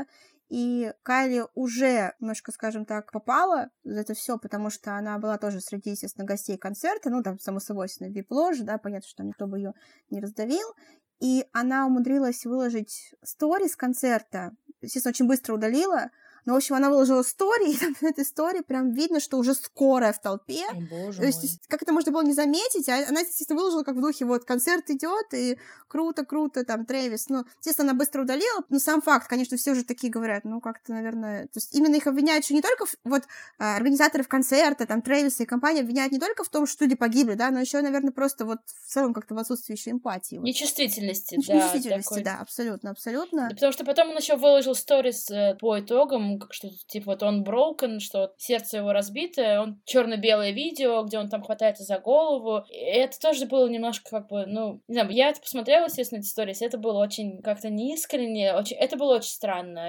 и Кайли уже немножко, скажем так, попала за это все, потому что она была тоже среди, естественно, гостей концерта, ну, там, само собой, на вип-ложе, да, понятно, что там никто бы ее не раздавил, и она умудрилась выложить сторис концерта, естественно, очень быстро удалила, Но, в общем, она выложила стори, и там в этой истории прям видно, что уже скорая в толпе. О, боже То есть, как это можно было не заметить? А она, естественно, выложила как в духе, вот, концерт идет, и круто, там, Трэвис. Ну, естественно, она быстро удалила, но сам факт, конечно, все уже такие говорят, ну, как-то, наверное... То есть, именно их обвиняют, что не только, вот, организаторов концерта, там, Трэвиса и компания обвиняют не только в том, что люди погибли, да, но еще, наверное, просто вот в целом как-то в отсутствии еще эмпатии. Вот. Нечувствительности, да. Нечувствительности, да, абсолютно. Да, потому что потом он еще выложил сторис по итогам, как что-то типа вот он broken, что сердце его разбито, он черно-белое видео, где он там хватается за голову. И это тоже было немножко как бы, ну, не знаю, я это посмотрела, естественно, эти сторис, это было очень как-то неискренне, это было очень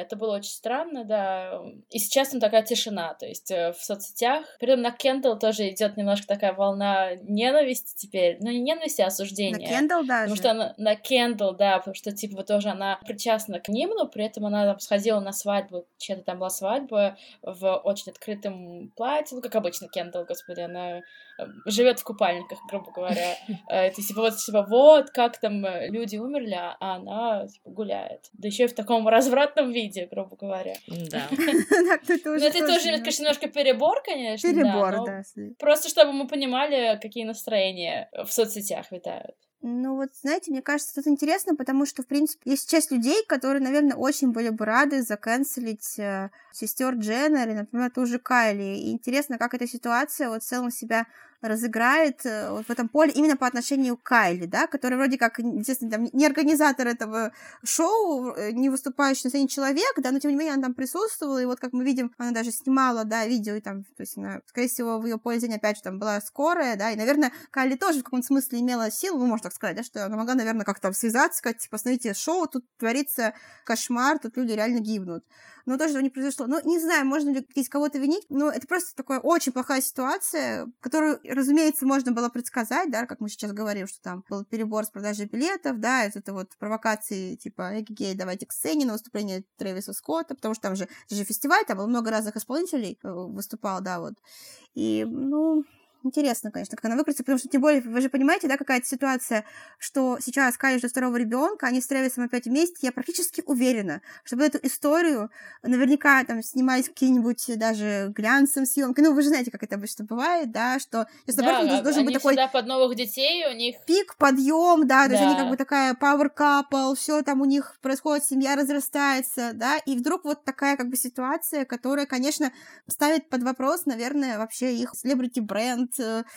странно, да. И сейчас там такая тишина, то есть в соцсетях. При этом на Кендалл тоже идет немножко такая волна ненависти теперь, ну не ненависти, а осуждения. На Кендалл даже? Потому что она на Кендалл, да, потому что типа тоже она причастна к ним, но при этом она там сходила на свадьбу, чья-то там была свадьба в очень открытом платье, ну как обычно Кендалл, господи, она живет в купальниках, грубо говоря. Это типа вот как там люди умерли, а она типа гуляет. Да еще и в таком развратном виде, грубо говоря. Да. Ну, это тоже, конечно, немножко перебор, конечно. Перебор, да. Просто чтобы мы понимали, какие настроения в соцсетях витают. Ну вот, знаете, мне кажется, это интересно, потому что, в принципе, есть часть людей, которые, наверное, очень были бы рады заканцелить сестер Дженнер и, например, ту же Кайли. И интересно, как эта ситуация вот в целом себя разыграет вот в этом поле именно по отношению к Кайли, да, который вроде как, естественно, там, не организатор этого шоу, не выступающий на сцене человек, да, но тем не менее она там присутствовала, и вот как мы видим, она даже снимала, да, видео, и там, то есть она, скорее всего, в ее поле зрения опять же там была скорая, да, и, наверное, Кайли тоже в каком-то смысле имела силу, ну, можно так сказать, да, что она могла, наверное, как-то связаться, сказать, типа, смотрите, шоу, тут творится кошмар, тут люди реально гибнут. Но тоже этого не произошло. Ну, не знаю, можно ли здесь кого-то винить, но это просто такая очень плохая ситуация, которую, разумеется, можно было предсказать, да, как мы сейчас говорим, что там был перебор с продажей билетов, да, это вот провокации, типа, эгегей, давайте к сцене на выступление Трэвиса Скотта, потому что там же фестиваль, там было много разных исполнителей выступал, да, вот. И, ну... Интересно, конечно, как она выкрутится, потому что, тем более, вы же понимаете, да, какая-то ситуация, что сейчас Кайли ждет второго ребенка, они с Трэвисом опять вместе, я практически уверена, что эту историю наверняка там снимались какие-нибудь даже глянцем съемки, ну, вы же знаете, как это обычно бывает, да, что да, должен быть такой... всегда под новых детей, у них... Пик, подъем, да, то есть они как бы такая power couple, все там у них происходит, семья разрастается, да, и вдруг вот такая как бы ситуация, которая, конечно, ставит под вопрос, наверное, вообще их celebrity бренд,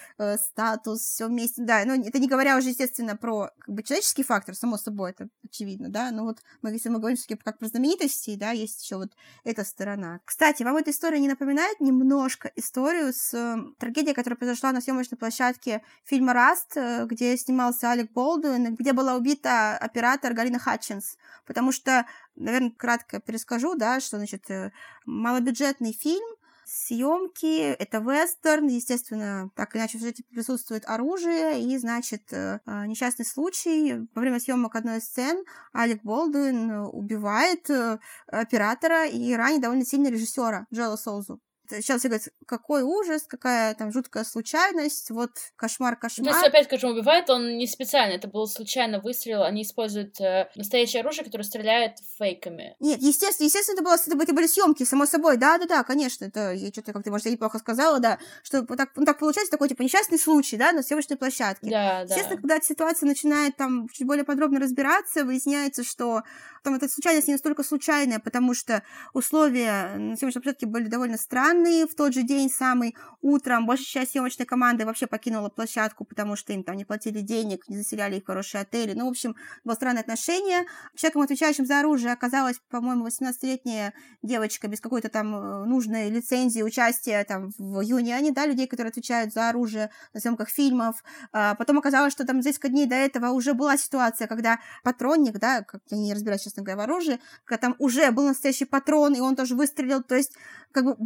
статус, все вместе, да, но это не говоря уже, естественно, про как бы человеческий фактор, само собой, это очевидно, да, но вот если мы говорим все-таки как про знаменитостей, да, есть еще вот эта сторона. Кстати, вам эта история не напоминает немножко историю с трагедией, которая произошла на съемочной площадке фильма «Раст», где снимался Алек Болдуин, где была убита оператор Галина Хатчинс, потому что, наверное, кратко перескажу, да, что, значит, малобюджетный фильм, съемки, это вестерн, естественно, так или иначе в сюжете присутствует оружие, и, значит, несчастный случай. Во время съемок одной из сцен Алек Болдуин убивает оператора и ранит довольно сильно режиссера Джоэла Соузу. Сейчас все говорят, какой ужас, какая там жуткая случайность, вот кошмар. То есть, опять, скажем, убивает он не специально, это был случайно выстрел, они используют настоящее оружие, которое стреляет фейками. Нет, естественно, это были съемки, само собой, да, конечно, это я что-то как-то, может, я неплохо сказала, да, что так получается такой, типа, несчастный случай, да, на съемочной площадке. Да, естественно, когда эта ситуация начинает там чуть более подробно разбираться, выясняется, что там эта случайность не настолько случайная, потому что условия на съемочной площадке были довольно странные. В тот же день, самый утром, большая часть съемочной команды вообще покинула площадку, потому что им там не платили денег, не заселяли их в хорошие отели. Ну, в общем, было странное отношение. Человеком, отвечающим за оружие, оказалась, по-моему, 18-летняя девочка без какой-то там нужной лицензии участия там в юнионе, да, людей, которые отвечают за оружие на съемках фильмов. Потом оказалось, что там за несколько дней до этого уже была ситуация, когда патронник, да, как я не разбираюсь, честно говоря, в оружии, когда там уже был настоящий патрон, и он тоже выстрелил. То есть, как бы было очень много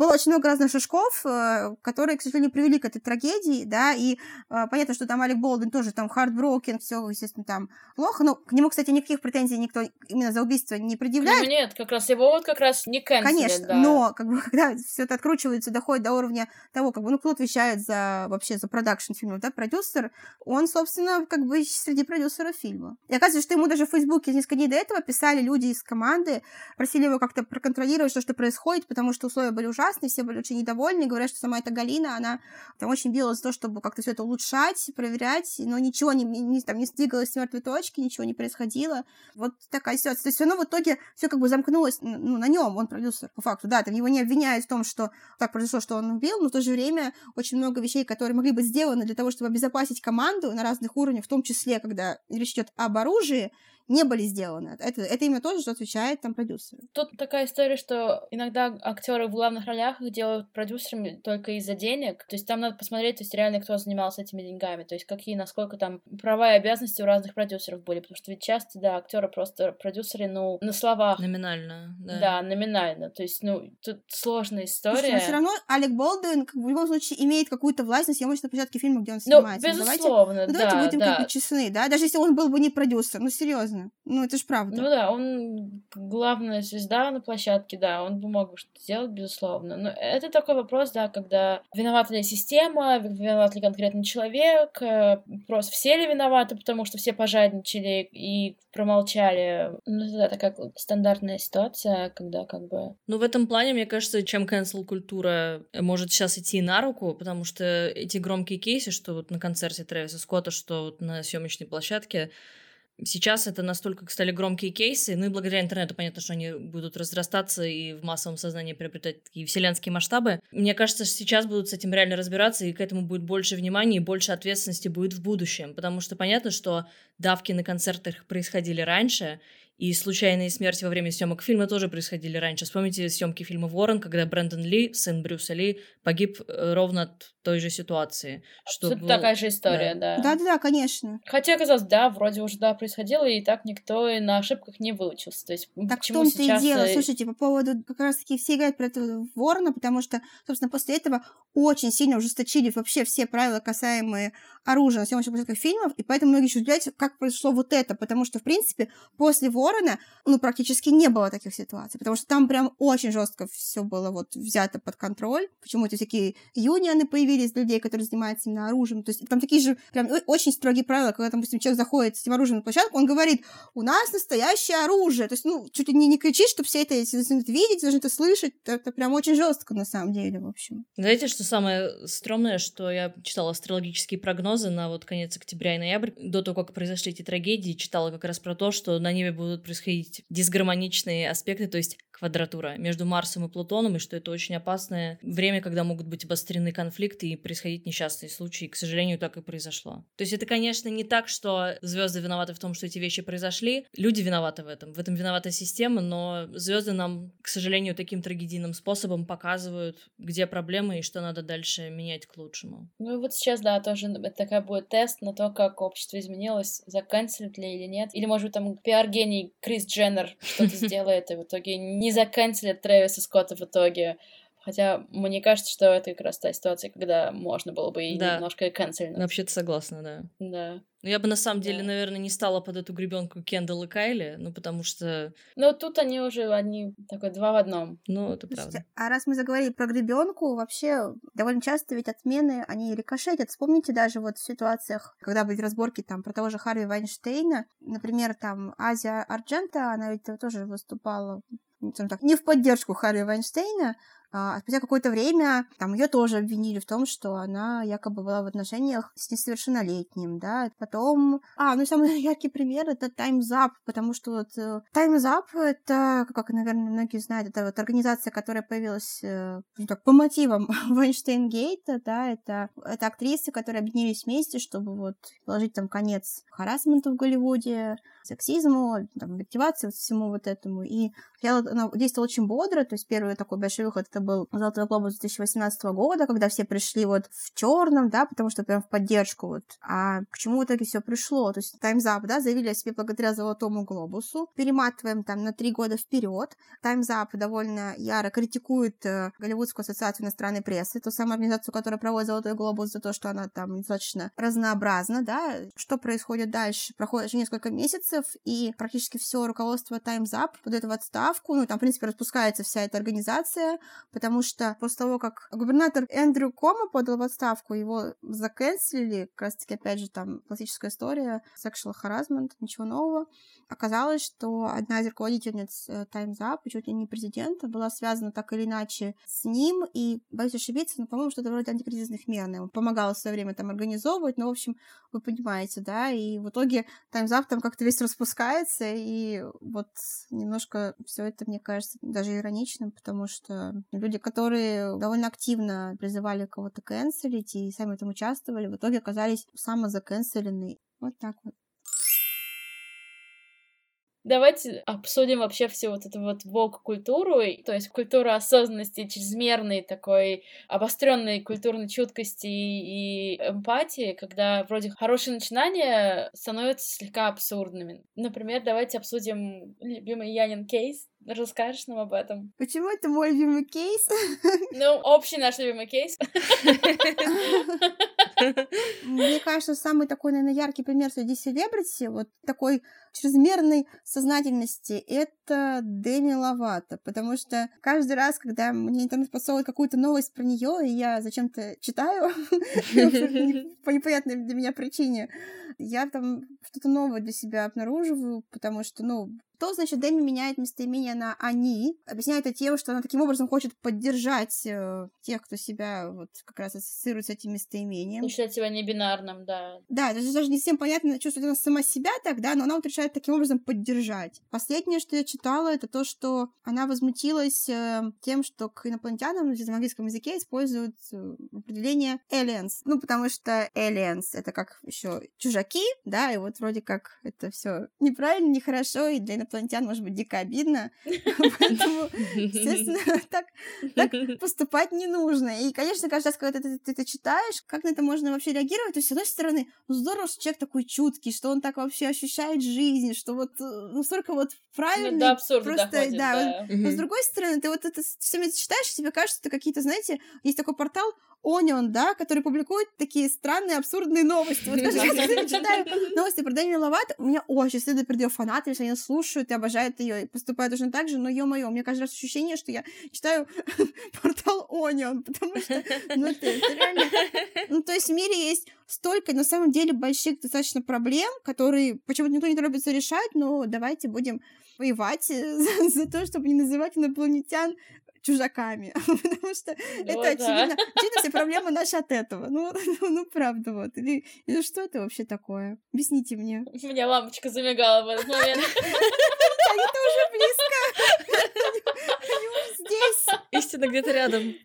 много разных шажков, которые, к сожалению, привели к этой трагедии, да, и понятно, что там Алек Болдуин тоже там heartbroken, все, естественно, там плохо, но к нему, кстати, никаких претензий никто именно за убийство не предъявляет. К нему нет, как раз его вот как раз не канцелят, конечно, да. но как бы когда все это откручивается, доходит до уровня того, как бы, ну, кто отвечает за вообще за продакшн фильмов, да, продюсер, он, собственно, как бы среди продюсеров фильма. И оказывается, что ему даже в Фейсбуке несколько дней до этого писали люди из команды, просили его как-то проконтролировать, что происходит, потому что условия были ужасные, все были очень недовольны, говорят, что сама эта Галина, она там очень билась за то, чтобы как-то все это улучшать, проверять, но ничего не сдвигалось с мертвой точки, ничего не происходило. Вот такая ситуация. То есть все равно в итоге все как бы замкнулось, ну, на нем, он продюсер, по факту, да, там его не обвиняют в том, что так произошло, что он убил, но в то же время очень много вещей, которые могли быть сделаны для того, чтобы обезопасить команду на разных уровнях, в том числе, когда речь идет об оружии, не были сделаны. Это именно то, что отвечает там продюсер. Тут такая история, что иногда актеры в главных ролях их делают продюсерами только из-за денег. То есть там надо посмотреть, то есть реально кто занимался этими деньгами, то есть какие, насколько там права и обязанности у разных продюсеров были, потому что ведь часто, да, актеры просто продюсеры, ну, на словах. Номинально, да. Да, номинально. То есть, ну, тут сложная история. Слушай, но все равно Алек Болдуин как бы, в любом случае имеет какую-то власть на съемочной площадке фильма, где он снимается. Ну, безусловно, давайте будем как бы честны, да, даже если он был бы не продюсер, ну, серьезно. Ну, это ж правда. Ну да, он главная звезда на площадке, да, он бы мог что-то сделать, безусловно. Но это такой вопрос, да, когда виновата ли система, виноват ли конкретный человек, просто все ли виноваты, потому что все пожадничали и промолчали. Ну да, такая стандартная ситуация, когда как бы... Ну, в этом плане, мне кажется, чем cancel-культура может сейчас идти на руку, потому что эти громкие кейсы, что вот на концерте Трэвиса Скотта, что вот на съемочной площадке, сейчас это настолько стали громкие кейсы, ну и благодаря интернету понятно, что они будут разрастаться и в массовом сознании приобретать такие вселенские масштабы. Мне кажется, что сейчас будут с этим реально разбираться, и к этому будет больше внимания, и больше ответственности будет в будущем, потому что понятно, что давки на концертах происходили раньше, и случайные смерти во время съемок фильма тоже происходили раньше. Вспомните съемки фильма «Ворон», когда Брэндон Ли, сын Брюса Ли, погиб ровно от той же ситуации. Абсолютно такая же история, да. Да-да-да, конечно. Хотя, казалось, да, вроде уже, да, происходило, и так никто и на ошибках не выучился. То есть, так почему в том-то сейчас... и дело. Слушайте, по поводу, как раз-таки все играют про этого Ворона, потому что, собственно, после этого очень сильно ужесточили вообще все правила, касаемые оружия на съемочных площадках фильмов, и поэтому многие еще удивляются, как произошло вот это, потому что, в принципе, после Ворона, ну, практически не было таких ситуаций, потому что там прям очень жестко все было вот взято под контроль. Почему-то всякие юнионы появились для людей, которые занимаются именно оружием. То есть там такие же прям очень строгие правила, когда, там, допустим, человек заходит с этим оружием на площадку, он говорит: у нас настоящее оружие. То есть, ну, чуть ли не кричит, чтобы все это видеть, должны это слышать. Это прям очень жестко на самом деле, в общем. Знаете, что самое стрёмное, что я читала астрологические прогнозы на вот конец октября и ноябрь, до того, как произошли эти трагедии, читала как раз про то, что на небе будут происходить дисгармоничные аспекты, то есть квадратура между Марсом и Плутоном, и что это очень опасное время, когда могут быть обострены конфликты и происходить несчастные случаи. И, к сожалению, так и произошло. То есть это, конечно, не так, что звезды виноваты в том, что эти вещи произошли. Люди виноваты в этом. В этом виновата система, но звезды нам, к сожалению, таким трагедийным способом показывают, где проблемы и что надо дальше менять к лучшему. Ну и вот сейчас, да, тоже это такая будет тест на то, как общество изменилось, заканчивает ли или нет. Или, может быть, там пиар-гений Крис Дженнер что-то сделает, и в итоге не заканчивает Трэвиса Скотта в итоге. Хотя мне кажется, что это как раз та ситуация, когда можно было бы и немножко канцельнуть. Вообще-то согласна, да. Да. Но я бы на самом деле, наверное, не стала под эту гребенку Кендалл и Кайли, ну потому что... Ну тут они такой 2 в 1. Ну, это правда. Слушайте, а раз мы заговорили про гребенку, вообще довольно часто ведь отмены, они рикошетят. Вспомните даже вот в ситуациях, когда были разборки там про того же Харви Вайнштейна, например, там Азия Арджента, она ведь тоже выступала, так, не в поддержку Харви Вайнштейна, а спустя какое-то время там ее тоже обвинили в том, что она якобы была в отношениях с несовершеннолетним, да. Потом... ну и самый яркий пример — это Time's Up, потому что вот Time's Up — это, как, наверное, многие знают, это вот организация, которая появилась по мотивам Вайнштейн-гейта, да, это актрисы, которые объединились вместе, чтобы вот положить там конец харассменту в Голливуде, сексизму, там, объективации, вот всему вот этому. И она действовала очень бодро, то есть первый такой большой выход — это был Золотой глобус 2018 года, когда все пришли вот в черном, да, потому что прям в поддержку вот. А к чему в итоге все пришло? То есть Time's Up, да, заявили о себе благодаря Золотому глобусу. Перематываем там на 3 года вперед. Time's Up довольно яро критикует Голливудскую ассоциацию иностранной прессы, ту самую организацию, которая проводит Золотой глобус, за то, что она там достаточно разнообразна, да. Что происходит дальше? Проходит еще несколько месяцев, и практически все руководство Time's Up подает в отставку. Ну, там, в принципе, распускается вся эта организация, потому что после того, как губернатор Эндрю Комо подал в отставку, его закэнселили, как раз-таки, опять же, там классическая история, sexual harassment, ничего нового. Оказалось, что одна из руководительниц Time's Up, чуть ли не президента, была связана так или иначе с ним, и, боюсь ошибиться, но, по-моему, что-то вроде антикризисных мер. Он помогал в свое время там организовывать, но, в общем, вы понимаете, да, и в итоге Time's Up там как-то весь распускается, и вот немножко все это, мне кажется, даже ироничным, потому что люди, которые довольно активно призывали кого-то канцелить и сами в этом участвовали, в итоге оказались самозаканцелены. Вот так вот. Давайте обсудим вообще всю вот эту вот вок-культуру, то есть культуру осознанности, чрезмерной такой обостренной культурной чуткости и эмпатии, когда вроде хорошие начинания становятся слегка абсурдными. Например, давайте обсудим любимый Янин кейс. Расскажешь нам об этом? Почему это мой любимый кейс? Ну, общий наш любимый кейс. Мне кажется, самый такой, наверное, яркий пример среди селебрити, вот такой чрезмерной сознательности, это Деми Ловато, потому что каждый раз, когда мне интернет подсовывает какую-то новость про нее, и я зачем-то читаю, по непонятной для меня причине, я там что-то новое для себя обнаруживаю, потому что, то, значит, Дэми меняет местоимение на «они», объясняет это тем, что она таким образом хочет поддержать тех, кто себя вот как раз ассоциирует с этим местоимением. И считать себя небинарным, да. Да, это же даже не всем понятно, чувствует она сама себя так, да, но она вот решает таким образом поддержать. Последнее, что я читала, это то, что она возмутилась тем, что к инопланетянам в английском языке используют определение aliens. Потому что aliens — это как еще чужаки, да, и вот вроде как это все неправильно, нехорошо, и для инопланетян может быть дико обидно, поэтому, естественно, так поступать не нужно. И, конечно, каждый раз, когда ты это читаешь, как на это можно вообще реагировать? То есть, с одной стороны, здорово, что человек такой чуткий, что он так вообще ощущает жизнь, что вот настолько вот правильный. До абсурда просто, доходит, да. Но с другой стороны, ты вот это все время читаешь, и тебе кажется, что какие-то, знаете, есть такой портал Onion, да, который публикует такие странные, абсурдные новости. Вот каждый раз, когда я читаю новости про Деми Ловато, у меня очень стыдно перед ее фанатами, что они слушают и обожают ее и поступают точно так же, но ё-моё, у меня каждый раз ощущение, что я читаю портал Onion, потому что, это реально... то есть в мире есть столько, на самом деле, больших достаточно проблем, которые почему-то никто не торопится решать, но давайте будем воевать за то, чтобы не называть инопланетян чужаками, потому что это очевидно, все проблемы наши от этого. Правда, вот. Или что это вообще такое? Объясните мне. У меня лампочка замигала в этот момент. Это уже близко. Они уже здесь. Истина где-то рядом.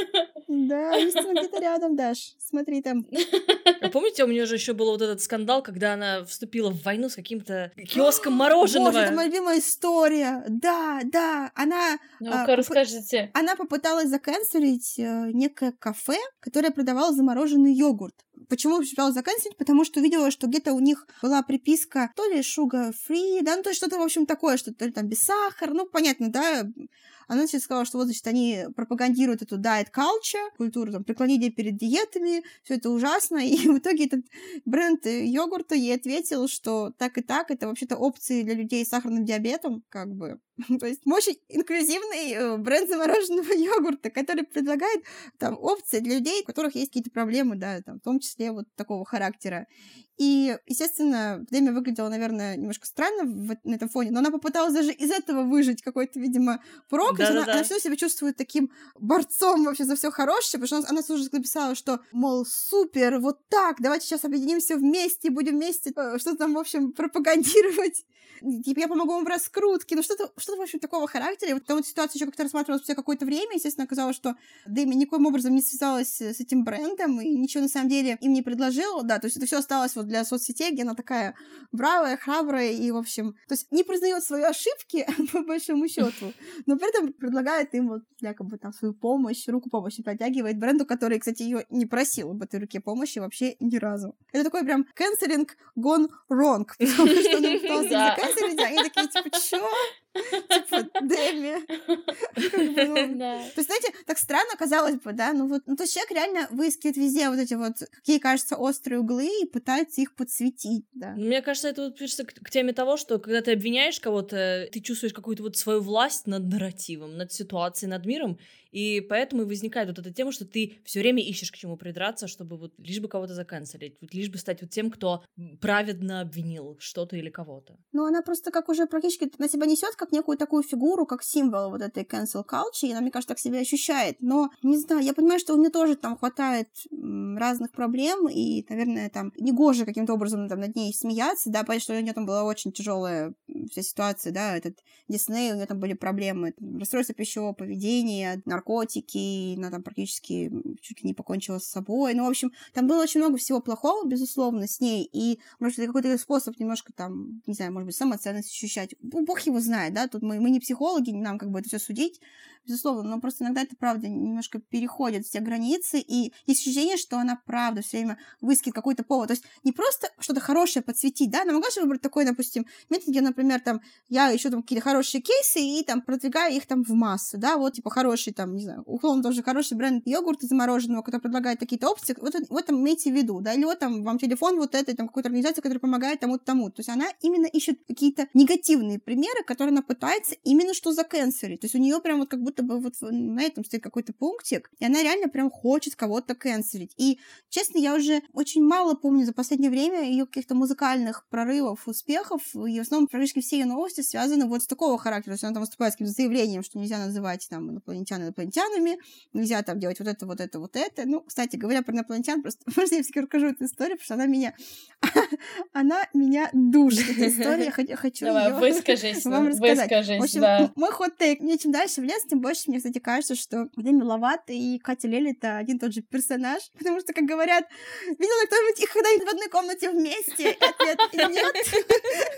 Да, истина где-то рядом, Даш. Смотри там. А помните, у нее же еще был вот этот скандал, когда она вступила в войну с каким-то киоском мороженого? Боже, это моя любимая история. Да, она... Ну-ка, расскажите. Она попыталась заканцелить некое кафе, которое продавало замороженный йогурт. Почему пыталась заканцелить? Потому что увидела, что где-то у них была приписка то ли sugar free, да, то есть что-то, в общем, такое, что то ли там без сахара, понятно, да. Она, значит, сказала, что вот, значит, они пропагандируют эту diet culture, культуру там преклонения перед диетами, все это ужасно, и в итоге этот бренд йогурта ей ответил, что так и так, это вообще-то опции для людей с сахарным диабетом, как бы. То есть очень инклюзивный бренд замороженного йогурта, который предлагает там опции для людей, у которых есть какие-то проблемы, да, там, в том числе вот такого характера. И, естественно, Деми выглядела, наверное, немножко странно на этом фоне, но она попыталась даже из этого выжить какой-то, видимо, прок. Она всегда себя чувствует таким борцом вообще за все хорошее, потому что она уже написала, что, мол, супер, вот так, давайте сейчас объединимся вместе, будем вместе что-то там, в общем, пропагандировать. Типа, я помогу вам в раскрутке. Что-то что-то, в общем, такого характера. И вот там вот ситуация еще как-то рассматривалась спустя какое-то время. Естественно, оказалось, что Дэми никоим образом не связалась с этим брендом и ничего, на самом деле, им не предложила. Да, то есть это все осталось вот для соцсетей, где она такая бравая, храбрая и, в общем... То есть не признает свои ошибки, по большому счету, но при этом предлагает им вот якобы там свою помощь, руку помощи протягивает бренду, который, кстати, ее не просил об этой руке помощи вообще ни разу. Это такой прям canceling gone wrong, потому что он пытался заканцелить, а они такие, типа, чё? Типа, Дэми. То есть, знаете, так странно, казалось бы, да, ну вот, то есть человек реально выискивает везде вот эти вот, какие кажется, острые углы и пытается их подсветить, да. Мне кажется, это вот пишется к теме того, что когда ты обвиняешь кого-то, ты чувствуешь какую-то вот свою власть над нарративом, над ситуацией, над миром, и поэтому и возникает вот эта тема, что ты все время ищешь к чему придраться, чтобы вот лишь бы кого-то заканцелить, вот лишь бы стать вот тем, кто праведно обвинил что-то или кого-то. Ну, она просто как уже практически на себя несет как некую такую фигуру, как символ вот этой cancel culture, и она, мне кажется, так себя ощущает. Но, не знаю, я понимаю, что у нее тоже там хватает разных проблем, и, наверное, там негоже каким-то образом там над ней смеяться, да, понятно, что у нее там была очень тяжелая вся ситуация, да, этот Дисней, у нее там были проблемы, расстройство пищевого поведения, наркотики, она там практически чуть ли не покончила с собой, ну, в общем, там было очень много всего плохого, безусловно, с ней, и, может, это какой-то способ немножко там, не знаю, может быть, самоценность ощущать, бог его знает, да, тут мы не психологи, нам как бы это все судить, безусловно, но просто иногда это, правда, немножко переходит все границы, и есть ощущение, что она, правда, все время выискивает какой-то повод, то есть не просто что-то хорошее подсветить, да, она могла же выбрать такой, допустим, метод, где, например, там, я ищу там какие-то хорошие кейсы и там продвигаю их там в массы, да, вот, типа, хороший там, не знаю, условно тоже хороший бренд йогурта замороженного, который предлагает какие-то опции, вот там имейте в виду, да, или вот там вам телефон вот этой, там, какой-то организации, которая помогает тому-то. То есть она именно ищет какие-то негативные примеры, которые она пытается именно что закэнселить. То есть у нее прям вот как будто бы вот на этом стоит какой-то пунктик, и она реально прям хочет кого-то кэнселить. И, честно, я уже очень мало помню за последнее время ее каких-то музыкальных прорывов, успехов, и в основном практически все ее новости связаны вот с такого характера. То есть она там выступает с каким-то заявлением, что нельзя называть там инопланетян инопланетянами, нельзя там делать вот это, вот это, вот это. Ну, кстати, говоря про инопланетян, просто можно я все-таки расскажу эту историю, потому что она меня душит, эта история, я хочу Давай, её выскажись, вам рассказать. В общем, да. мой хот-тейк. Мне чем дальше в лес, тем больше мне, кстати, кажется, что Дэми Ловато и Катя Лель — это один и тот же персонаж, потому что, как говорят, видел ли кто-нибудь их когда-нибудь в одной комнате вместе? Ответ — нет.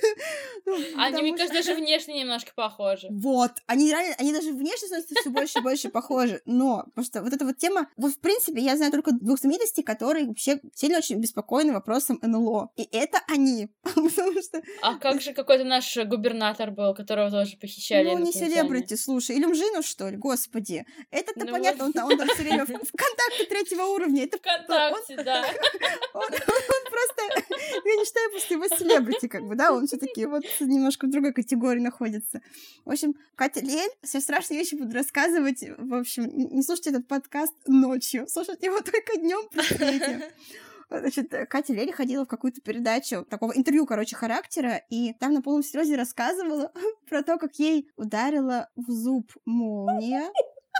Они, мне кажется, даже внешне немножко похожи. Вот, они реально, они даже внешне становятся все больше и больше похожи, но просто вот эта вот тема, вот в принципе, я знаю только двух знаменитостей, которые вообще сильно очень беспокоены вопросом НЛО, и это они, потому что... А как же какой-то наш губернатор был, которого тоже похищали? Ну, не селебрити, слушай, Илюмжинов, что ли, господи, это-то понятно, он там все время в ВКонтакте 3-го уровня, это... ВКонтакте, да. Он просто, я не считаю просто его селебрити, как бы, да, он все-таки вот немножко в другой категории находится. В общем, Катя Лель, все страшные вещи буду рассказывать, в общем, не слушайте этот подкаст ночью, слушайте его только днем при свете. Значит, Катя Лель ходила в какую-то передачу такого интервью, короче, характера, и там на полном серьезе рассказывала про то, как ей ударила в зуб молния.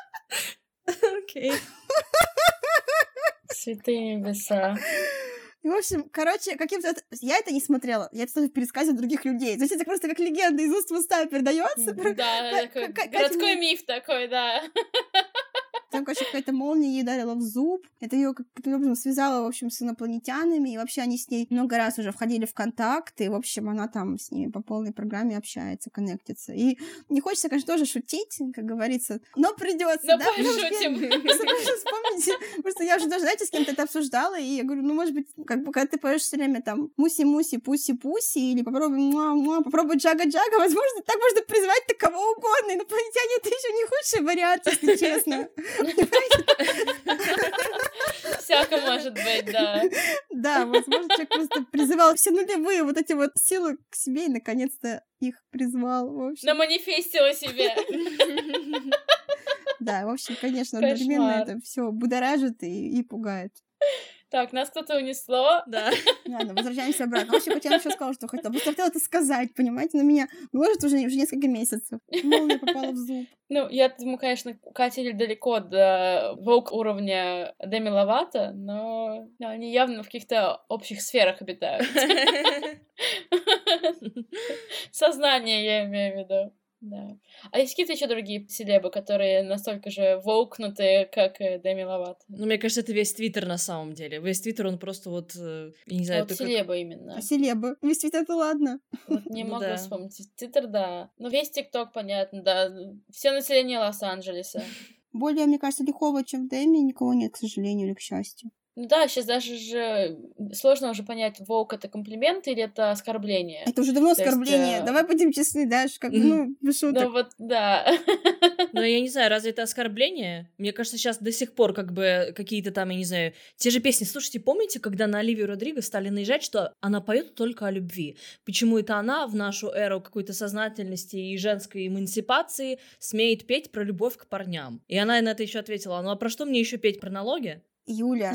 Окей. Святые небеса. И, в общем, короче, каким-то... Я это не смотрела, я это слышу в пересказе других людей. Значит, это просто как легенда из уст в уста передается. Да, такой городской миф такой, да. Там, короче, какая-то молния ей ударила в зуб. Это ее каким-то образом связало, в общем, с инопланетянами. И вообще они с ней много раз уже входили в контакт. И, в общем, она там с ними по полной программе общается, коннектится. И не хочется, конечно, тоже шутить, как говорится. Но придется, да? Да, пошутим. Вспомните. Просто я уже даже, знаете, с кем-то это обсуждала. И я говорю, ну, может быть, как бы, когда ты поешь все время там муси-муси, пуси-пуси, или попробуй джага-джага, возможно, так можно призвать-то кого угодно. Инопланетяне — это еще не худший вариант, если честно. Всяко может быть, да. Да, возможно, человек просто призывал все нулевые вот эти вот силы к себе и, наконец-то, их призвал, в общем. Наманифестила себе. Да, в общем, конечно, одновременно это все будоражит и пугает. Так, нас кто-то унесло. Да. Ладно, возвращаемся обратно. Вообще, хотя я еще сказала, что хотела. Просто хотела это сказать, понимаете? На меня гложет уже несколько месяцев. Молния попала в зуб. Ну, я думаю, конечно, Катя Лель далеко до воук уровня Дэми Ловато, но они явно в каких-то общих сферах обитают. Сознание, я имею в виду. Да. А есть какие-то еще другие селебы, которые настолько же воукнутые, как Деми Ловато? Ну, мне кажется, это весь Твиттер на самом деле. Весь Твиттер, он просто вот, я не знаю, Вот это как... селебы именно. Селебы. Весь Твиттер-то ладно. Вот не Ну могу да. вспомнить. Твиттер, да. Ну, весь ТикТок, понятно, да. Все население Лос-Анджелеса. Более, мне кажется, лихого, чем в Дэми, никого нет, к сожалению или к счастью. Ну да, сейчас даже же сложно уже понять, воук — это комплимент или это оскорбление. Это уже давно То есть, оскорбление. Давай будем честны, Даш, как бы, ну, без шуток. Ну вот, да. Но я не знаю, разве это оскорбление? Мне кажется, сейчас до сих пор как бы какие-то там, я не знаю, те же песни. Слушайте, помните, когда на Оливию Родриго стали наезжать, что она поет только о любви? Почему это она в нашу эру какой-то сознательности и женской эмансипации смеет петь про любовь к парням? И она на это еще ответила: ну а про что мне еще петь, про налоги? Юля.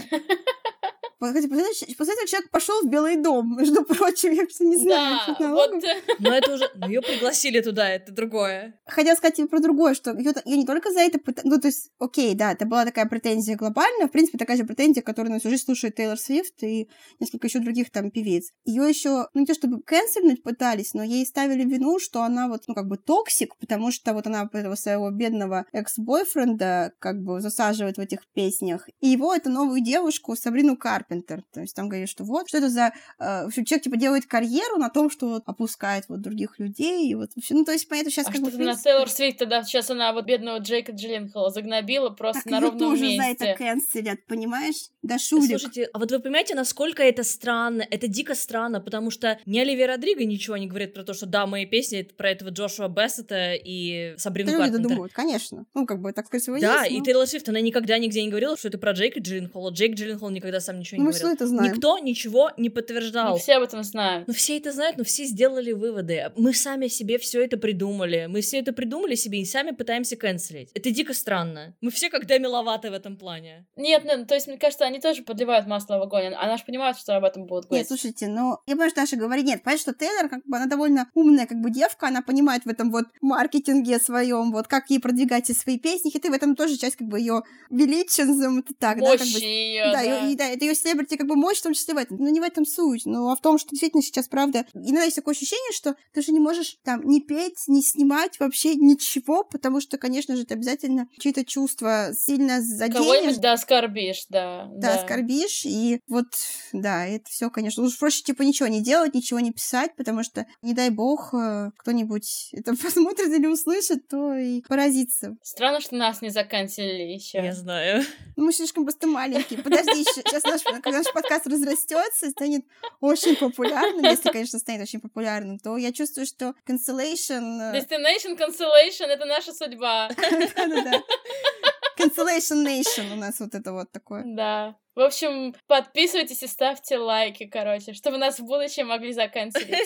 После этого человек пошел в Белый дом, между прочим, я просто не знаю. Да, вот. Но это уже... ее пригласили туда, это другое. Хотела сказать тебе про другое, что ее не только за это... Ну, то есть, окей, да, это была такая претензия глобальная, в принципе, такая же претензия, которую на всю жизнь слушает Тейлор Свифт и несколько еще других там певиц. Ее еще, ну, не то чтобы кэнсельнуть пытались, но ей ставили вину, что она вот, ну, как бы токсик, потому что вот она этого своего бедного экс-бойфренда как бы засаживает в этих песнях. И его, эту новую девушку, Сабрину Карпентер. То есть там говорят, что вот, что это за... человек, типа, делает карьеру на том, что вот опускает вот других людей, и вот вообще... Ну, то есть, понятно, сейчас А как что бы... на Тейлор Свифт тогда, сейчас она вот бедного Джейка Джилленхола загнобила просто так на ровном тоже месте. за это кэнселят, понимаешь? Да шулик. Слушайте, а вот вы понимаете, насколько это странно? Это дико странно, потому что ни Оливия Родриго ничего не говорит про то, что да, мои песни это про этого Джошуа Бессета и Сабрину Люди Карпентер. думают, конечно. Ну, как бы, так сказать, его Да, есть, и но... Тейлор Свифт, она никогда нигде не говорила, что это про Джейка Джилленхола. Джейк Джилленхол никогда сам ничего не Мы говорил. все это знаем. Никто ничего не подтверждал. Ну, все об этом знают. Ну, все это знают, но все сделали выводы. Мы сами себе все это придумали. Мы все это придумали себе и сами пытаемся канцелить. Это дико странно. Мы все как Деми Ловато в этом плане. Нет, ну, то есть, мне кажется, они тоже подливают масло в огонь. Она же понимает, что об этом будут говорить. Нет, слушайте, ну, я понимаю, что Даша говорит, нет, понятно, что Тейлор, как бы, она довольно умная, как бы, девка, она понимает в этом вот маркетинге своем, вот, как ей продвигать все свои песни, и ты в этом тоже часть, как бы, ее величия, назовем это так, мощи да, как бы, её, да, да. да, это ее селебрити, как бы, мощь, в том числе в этом, но не в этом суть, но а в том, что действительно сейчас, правда, иногда есть такое ощущение, что ты же не можешь там ни петь, ни снимать вообще ничего, потому что, конечно же, ты обязательно чьи-то чувства сильно заденешь. Кого-нибудь, да, оскорбишь, да. Да, оскорбишь, и вот, да, это все, конечно, лучше проще, типа, ничего не делать, ничего не писать, потому что, не дай бог, кто-нибудь это посмотрит или услышит, то и поразится. Странно, что нас не заканчивали еще. Я знаю. Ну, мы слишком просто маленькие. Подожди, сейчас когда наш подкаст разрастется, станет очень популярным, если, конечно, станет очень популярным, то я чувствую, что cancellation... Destination Cancellation — это наша судьба. Да-да-да. Cancellation Nation у нас вот это вот такое. Да. В общем, подписывайтесь и ставьте лайки, короче, чтобы нас в будущем могли заканчивать.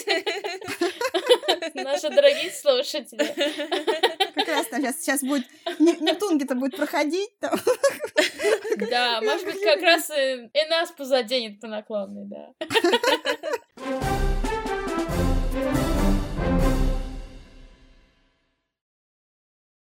Наши дорогие слушатели. Как раз там сейчас будет... Нептун где-то будет проходить там. Да, может быть, как раз и нас позаденет по наклонной, да.